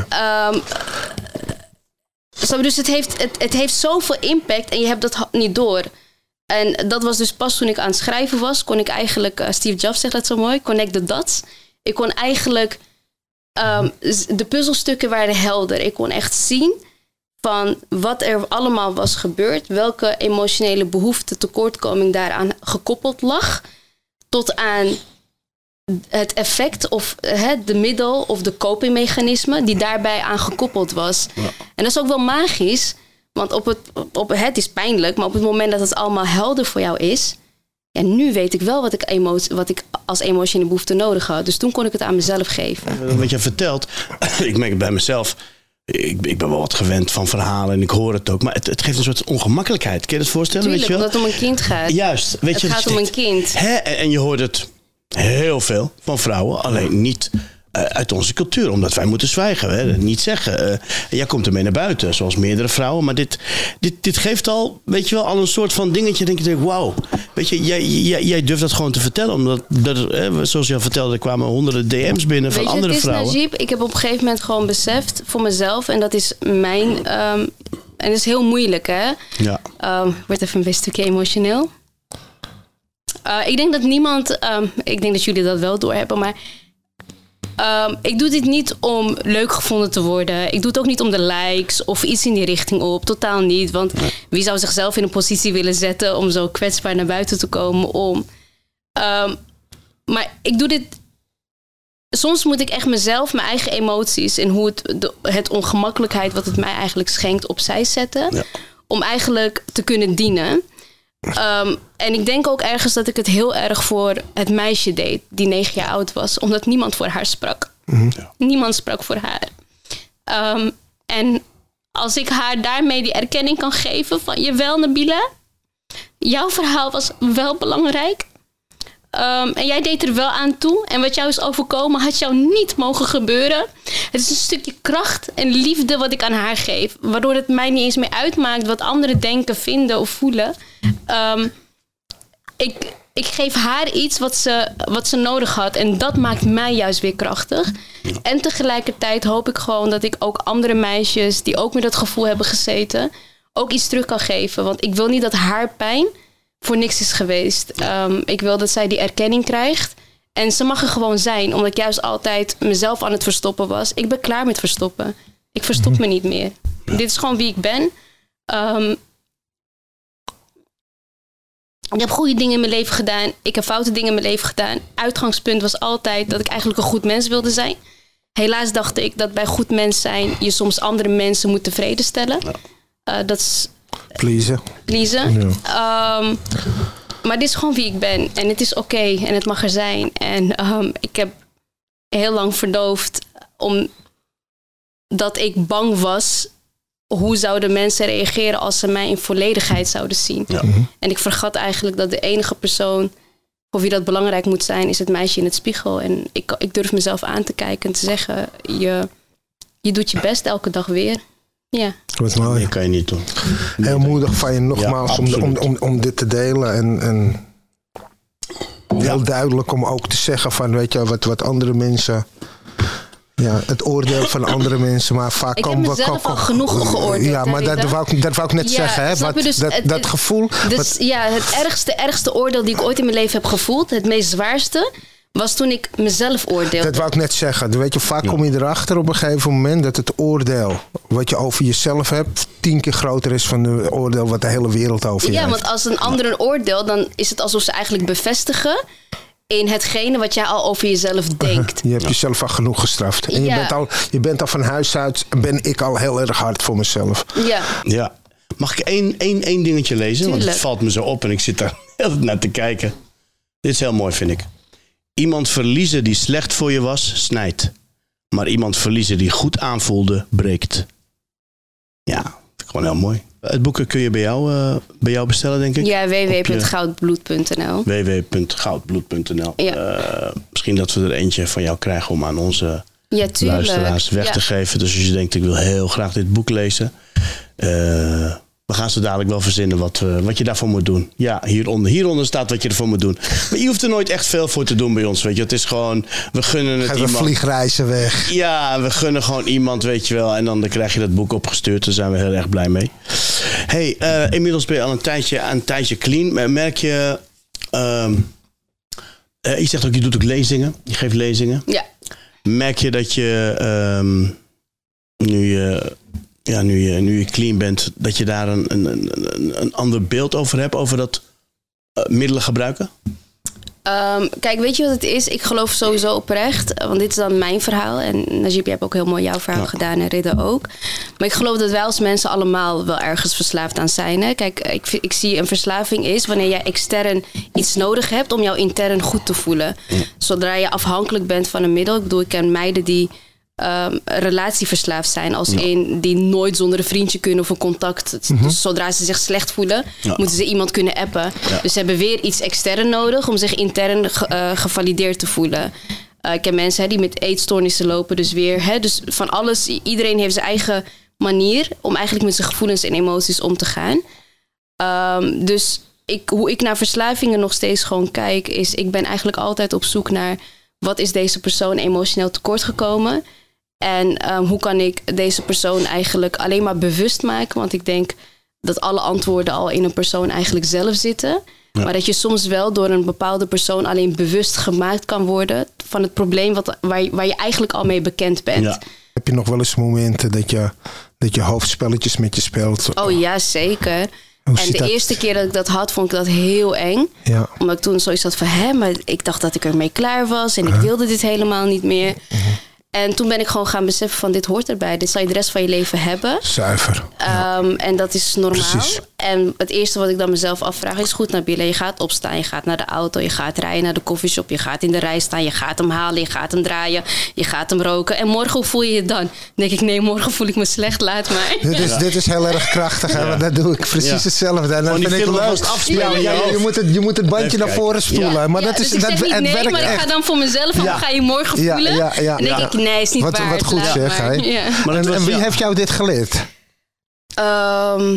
dus het heeft zoveel impact en je hebt dat niet door. En dat was dus pas toen ik aan het schrijven was, kon ik eigenlijk, Steve Jobs zegt dat zo mooi, connect the dots. Ik kon eigenlijk, de puzzelstukken waren helder. Ik kon echt zien van wat er allemaal was gebeurd, welke emotionele behoefte, tekortkoming daaraan gekoppeld lag, tot aan het effect of de middel of de copingmechanisme die daarbij aan gekoppeld was. Ja. En dat is ook wel magisch. Want het is pijnlijk, maar op het moment dat het allemaal helder voor jou is... Ja, nu weet ik wel wat ik als emotionele behoefte nodig had. Dus toen kon ik het aan mezelf geven. Wat je vertelt, ik merk het bij mezelf... Ik ben wel wat gewend van verhalen en ik hoor het ook. Maar het geeft een soort ongemakkelijkheid. Kun je het voorstellen? Tuurlijk, weet je omdat het om een kind gaat. Juist. Het gaat om een kind. En je hoort het heel veel van vrouwen. Alleen niet... uit onze cultuur, omdat wij moeten zwijgen. Niet zeggen. Jij komt ermee naar buiten, zoals meerdere vrouwen. Maar dit geeft al, weet je wel, al een soort van dingetje. Denk je, wauw. Weet je, jij durft dat gewoon te vertellen. Omdat, zoals je al vertelde, er kwamen honderden DM's binnen van andere vrouwen. Najib, ik heb op een gegeven moment gewoon beseft voor mezelf. En dat is mijn... en dat is heel moeilijk, hè? Ja. Ik word even een stukje emotioneel. Ik denk dat niemand... ik denk dat jullie dat wel doorhebben, maar... ik doe dit niet om leuk gevonden te worden. Ik doe het ook niet om de likes of iets in die richting op. Totaal niet. Want wie zou zichzelf in een positie willen zetten om zo kwetsbaar naar buiten te komen? Maar ik doe dit... Soms moet ik echt mezelf, mijn eigen emoties en hoe het ongemakkelijkheid wat het mij eigenlijk schenkt opzij zetten. Ja. Om eigenlijk te kunnen dienen. En ik denk ook ergens dat ik het heel erg voor het meisje deed die 9 jaar oud was. Omdat niemand voor haar sprak. Mm-hmm. Ja. Niemand sprak voor haar. En als ik haar daarmee die erkenning kan geven van... Jawel, Nabila, jouw verhaal was wel belangrijk. En jij deed er wel aan toe. En wat jou is overkomen had jou niet mogen gebeuren. Het is een stukje kracht en liefde wat ik aan haar geef. Waardoor het mij niet eens meer uitmaakt wat anderen denken, vinden of voelen. ik geef haar iets wat ze nodig had. En dat maakt mij juist weer krachtig. Ja. En tegelijkertijd hoop ik gewoon dat ik ook andere meisjes... die ook met dat gevoel hebben gezeten... ook iets terug kan geven. Want ik wil niet dat haar pijn voor niks is geweest. Ik wil dat zij die erkenning krijgt. En ze mag er gewoon zijn. Omdat ik juist altijd mezelf aan het verstoppen was. Ik ben klaar met verstoppen. Ik verstop me niet meer. Ja. Dit is gewoon wie ik ben. Ik heb goede dingen in mijn leven gedaan. Ik heb foute dingen in mijn leven gedaan. Uitgangspunt was altijd dat ik eigenlijk een goed mens wilde zijn. Helaas dacht ik dat bij goed mens zijn... je soms andere mensen moet tevreden stellen. Dat is... Pleasen. Ja. Maar dit is gewoon wie ik ben. En het is oké. En het mag er zijn. En ik heb heel lang verdoofd... omdat ik bang was... hoe zouden mensen reageren als ze mij in volledigheid zouden zien. Ja. En ik vergat eigenlijk dat de enige persoon... voor wie dat belangrijk moet zijn... is het meisje in het spiegel. En ik durf mezelf aan te kijken en te zeggen... je doet je best elke dag weer. Ja. Wat mooi. Dat kan je niet doen. Heel moedig van je nogmaals om dit te delen. En heel duidelijk om ook te zeggen van... weet je, wat andere mensen... Ja, het oordeel van andere mensen, maar vaak... Ik heb mezelf al genoeg geoordeeld. Ja, maar dat wou ik net zeggen. Hè? Dus dat gevoel... Dus, het ergste oordeel die ik ooit in mijn leven heb gevoeld... het meest zwaarste... was toen ik mezelf oordeelde. Dat wou ik net zeggen. Weet je, vaak kom je erachter op een gegeven moment... dat het oordeel wat je over jezelf hebt... 10 keer groter is van het oordeel wat de hele wereld over je heeft. Ja, want als een ander een oordeel... dan is het alsof ze eigenlijk bevestigen... in hetgene wat jij al over jezelf denkt. Je hebt jezelf al genoeg gestraft. En je bent al van huis uit... ben ik al heel erg hard voor mezelf. Ja. Mag ik één dingetje lezen? Tuurlijk. Want het valt me zo op en ik zit daar heel naar te kijken. Dit is heel mooi, vind ik. Iemand verliezen die slecht voor je was, snijdt. Maar iemand verliezen die goed aanvoelde, breekt. Ja, vind ik gewoon heel mooi. Het boek kun je bij jou bestellen, denk ik? Ja, www.goudbloed.nl. www.goudbloed.nl. Ja. Misschien dat we er eentje van jou krijgen om aan onze luisteraars weg te geven. Dus als je denkt, ik wil heel graag dit boek lezen... we gaan zo dadelijk wel verzinnen wat je daarvoor moet doen. Ja, hieronder staat wat je ervoor moet doen. Maar je hoeft er nooit echt veel voor te doen bij ons, weet je. Het is gewoon, we gunnen het iemand. Vliegreizen weg. Ja, we gunnen gewoon iemand, weet je wel. En dan krijg je dat boek opgestuurd. Daar zijn we heel erg blij mee. Hey, inmiddels ben je al een tijdje clean. Merk je... je zegt ook, je doet ook lezingen. Je geeft lezingen. Ja. Merk je dat je... nu je clean bent, dat je daar een ander beeld over hebt, over dat middelen gebruiken? Kijk, weet je wat het is? Ik geloof sowieso oprecht, want dit is dan mijn verhaal. En Najib, je hebt ook heel mooi jouw verhaal gedaan en Ridder ook. Maar ik geloof dat wij als mensen allemaal wel ergens verslaafd aan zijn. Hè? Kijk, ik zie een verslaving is wanneer jij extern iets nodig hebt om jou intern goed te voelen. Ja. Zodra je afhankelijk bent van een middel. Ik bedoel, ik ken meiden die... relatieverslaafd zijn. Als in die nooit zonder een vriendje kunnen of een contact. Dus zodra ze zich slecht voelen, moeten ze iemand kunnen appen. Ja. Dus ze hebben weer iets extern nodig om zich intern gevalideerd te voelen. Ik ken mensen die met eetstoornissen lopen. Dus weer, dus van alles. Iedereen heeft zijn eigen manier om eigenlijk met zijn gevoelens en emoties om te gaan. Dus hoe ik naar verslavingen nog steeds gewoon kijk, is ik ben eigenlijk altijd op zoek naar wat is deze persoon emotioneel tekort gekomen. En hoe kan ik deze persoon eigenlijk alleen maar bewust maken? Want ik denk dat alle antwoorden al in een persoon eigenlijk zelf zitten. Ja. Maar dat je soms wel door een bepaalde persoon alleen bewust gemaakt kan worden van het probleem waar je eigenlijk al mee bekend bent. Ja. Heb je nog wel eens momenten dat je hoofdspelletjes met je speelt? Oh ja, zeker. En de eerste keer dat ik dat had, vond ik dat heel eng. Ja. Omdat ik toen zoiets had van, maar ik dacht dat ik ermee klaar was. En ik wilde dit helemaal niet meer. En toen ben ik gewoon gaan beseffen van, dit hoort erbij. Dit zal je de rest van je leven hebben. Zuiver. En dat is normaal. Precies. En het eerste wat ik dan mezelf afvraag is, goed Nabila, je gaat opstaan, je gaat naar de auto, je gaat rijden naar de coffeeshop, je gaat in de rij staan, je gaat hem halen, je gaat hem draaien, je gaat hem roken. En morgen, hoe voel je je dan? Dan denk ik, nee, morgen voel ik me slecht, laat mij. Dit is heel erg krachtig, hè? Want dat doe ik precies hetzelfde. En dan vind ik leuk. Je moet het bandje naar voren spoelen. Ja. Maar dat is, dus ik zeg niet nee, maar ik ga dan voor mezelf, hoe ga je morgen voelen? Dan denk ik, nee, is niet waard. Wat goed zeg, hè? En wie heeft jou dit geleerd?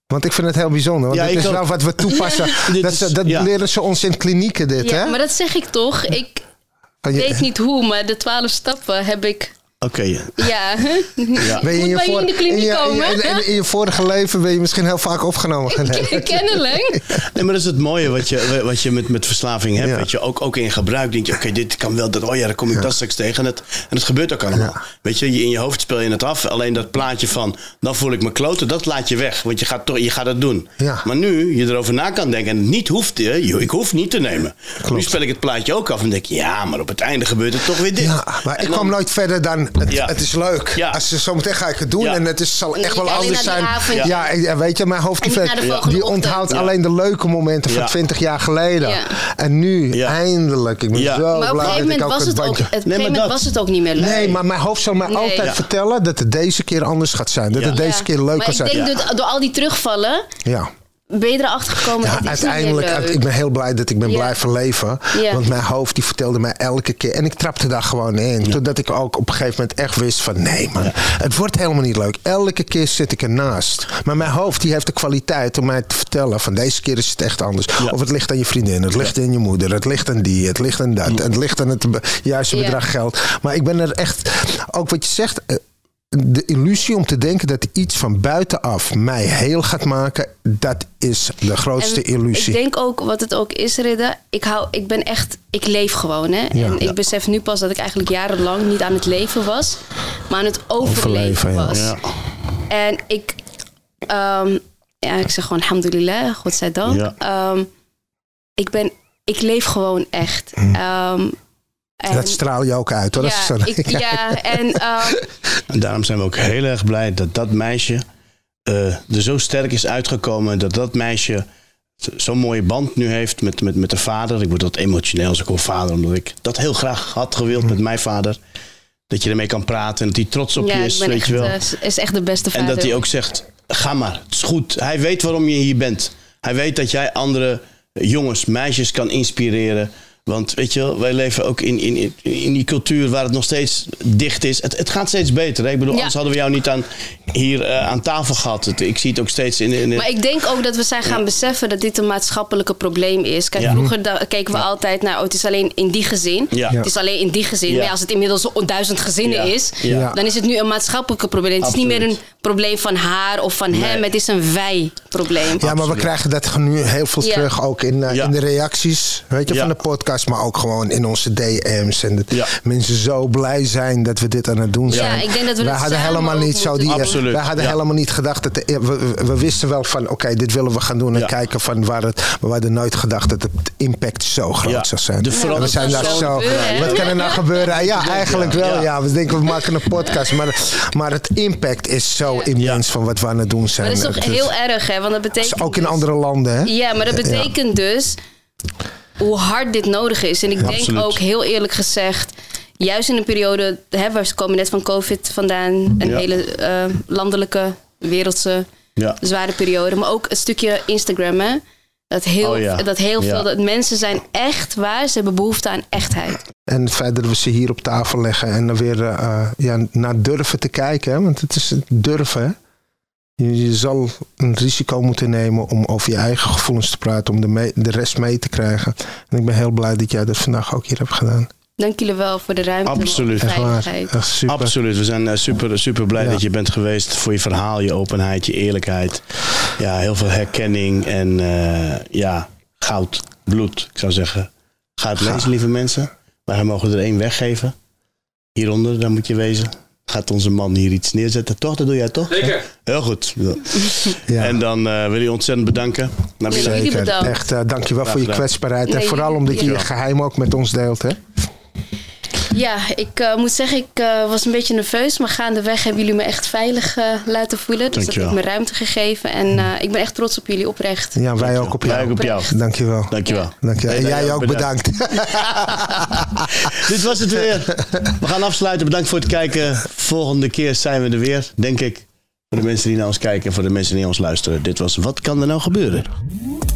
Want ik vind het heel bijzonder. Want het is wel wat we toepassen. Dat leren ze ons in klinieken hè? Maar dat zeg ik toch. Ik weet niet hoe, maar de 12 stappen heb ik... Oké. Ja. Ben je in de kliniek komen? In je vorige leven ben je misschien heel vaak opgenomen. Kennelijk. Nee, maar dat is het mooie wat je met verslaving hebt. Weet je, ook in gebruik denk je, oké, dit kan wel. Dan kom ik dat straks tegen. En het gebeurt ook allemaal. Ja. Weet je, in je hoofd speel je het af. Alleen dat plaatje van, dan voel ik me kloten, dat laat je weg. Want je gaat het doen. Ja. Maar nu je erover na kan denken en het niet hoeft, ik hoef niet te nemen. Klopt. Nu spel ik het plaatje ook af en denk ja, maar op het einde gebeurt het toch weer dit. Ja, maar ik kwam nooit verder dan... Het is leuk. Ja. Als zometeen ga ik het doen en het zal echt wel anders zijn. Ja, weet je, mijn hoofd die onthoudt alleen de leuke momenten van 20 jaar geleden. Ja. En nu, eindelijk. Ik ben zo maar blij dat ik ook het bandje... Op een gegeven moment was het ook niet meer leuk. Nee, maar mijn hoofd zal mij altijd vertellen dat het deze keer anders gaat zijn. Dat het deze keer leuk gaat zijn. Maar ik denk door al die terugvallen... Ja. Ben je erachter gekomen? Ja, uiteindelijk. Ik ben heel blij dat ik ben blijven leven. Ja. Want mijn hoofd die vertelde mij elke keer. En ik trapte daar gewoon in. Ja. Totdat ik ook op een gegeven moment echt wist van... Nee man, het wordt helemaal niet leuk. Elke keer zit ik ernaast. Maar mijn hoofd die heeft de kwaliteit om mij te vertellen... van deze keer is het echt anders. Ja. Of het ligt aan je vriendin. Het ligt aan je moeder. Het ligt aan die. Het ligt aan dat. Ja. Het ligt aan het juiste bedrag geld. Maar ik ben er echt... Ook wat je zegt... De illusie om te denken dat iets van buitenaf mij heel gaat maken, dat is de grootste illusie. Ik denk ook, wat het ook is, Ridda, ik leef gewoon. Hè? Ja. En ik besef nu pas dat ik eigenlijk jarenlang niet aan het leven was, maar aan het overleven was. Ja. En ik zeg gewoon alhamdulillah, godzijdank. Ja. Ik leef gewoon echt. Dat straal je ook uit, hoor. En daarom zijn we ook heel erg blij dat meisje er zo sterk is uitgekomen. Dat meisje zo'n mooie band nu heeft met de vader. Ik word dat emotioneel als ik hoor vader, omdat ik dat heel graag had gewild met mijn vader. Dat je ermee kan praten en dat hij trots op je is, weet je wel. Is echt de beste vader. En dat hij ook zegt, ga maar, het is goed. Hij weet waarom je hier bent. Hij weet dat jij andere jongens, meisjes kan inspireren. Want weet je wel, wij leven ook in die cultuur waar het nog steeds dicht is. Het gaat steeds beter. Hè? Ik bedoel, anders hadden we jou niet aan tafel gehad. Ik zie het ook steeds Maar ik denk ook dat we zijn gaan beseffen dat dit een maatschappelijke probleem is. Kijk, vroeger keken we altijd naar, het is alleen in die gezin. Ja. Het is alleen in die gezin. Ja. Maar als het inmiddels 1000 gezinnen is, dan is het nu een maatschappelijke probleem. Het is niet meer een probleem van haar of van hem. Het is een wij-probleem. Ja, maar we krijgen dat nu heel veel terug ook in de reacties, weet je, van de podcast. Maar ook gewoon in onze DM's. En dat mensen zo blij zijn dat we dit aan het doen zijn. Ja, ik denk dat we hadden helemaal niet zo wij hadden helemaal niet gedacht dat we wisten wel van oké, dit willen we gaan doen en kijken van we hadden nooit gedacht dat het impact zo groot zou zijn. En we zijn daar zo. Wat kan er nou gebeuren? Ja, eigenlijk wel. Ja, we denken we maken een podcast, maar het impact is zo immens van wat we aan het doen zijn. Maar dat is toch heel erg, hè? Want dat betekent ook in andere landen, hè? Ja, maar dat betekent dus hoe hard dit nodig is. En ik denk ook, heel eerlijk gezegd, juist in een periode, we komen net van COVID vandaan, een hele landelijke, wereldse, zware periode. Maar ook een stukje Instagram, hè? Dat heel veel, dat mensen zijn echt waar, ze hebben behoefte aan echtheid. En het feit dat we ze hier op tafel leggen en dan weer naar durven te kijken, hè? Want het is durven, hè? Je zal een risico moeten nemen om over je eigen gevoelens te praten, om de rest mee te krijgen. En ik ben heel blij dat jij dat vandaag ook hier hebt gedaan. Dank jullie wel voor de ruimte. Absoluut. En de veiligheid. Echt super. Absoluut. We zijn super blij dat je bent geweest voor je verhaal, je openheid, je eerlijkheid. Ja, heel veel herkenning en goud, bloed, ik zou zeggen. Ga het lezen, lieve mensen. Wij mogen er 1 weggeven. Hieronder, daar moet je wezen. Gaat onze man hier iets neerzetten, toch? Dat doe jij toch? Zeker. Heel goed. Ja. En dan wil je ontzettend bedanken. Zeker. Echt, dankjewel voor je kwetsbaarheid. En vooral omdat je je geheim ook met ons deelt, hè? Ja, ik moet zeggen, ik was een beetje nerveus. Maar gaandeweg hebben jullie me echt veilig laten voelen. Dus dat heeft me ruimte gegeven. En ik ben echt trots op jullie, oprecht. Ja, wij ook op jou. Wij ook op jou. Dankjewel. En jij ook bedankt. Dit was het weer. We gaan afsluiten. Bedankt voor het kijken. Volgende keer zijn we er weer, denk ik. Voor de mensen die naar ons kijken en voor de mensen die naar ons luisteren. Dit was Wat kan er nou gebeuren?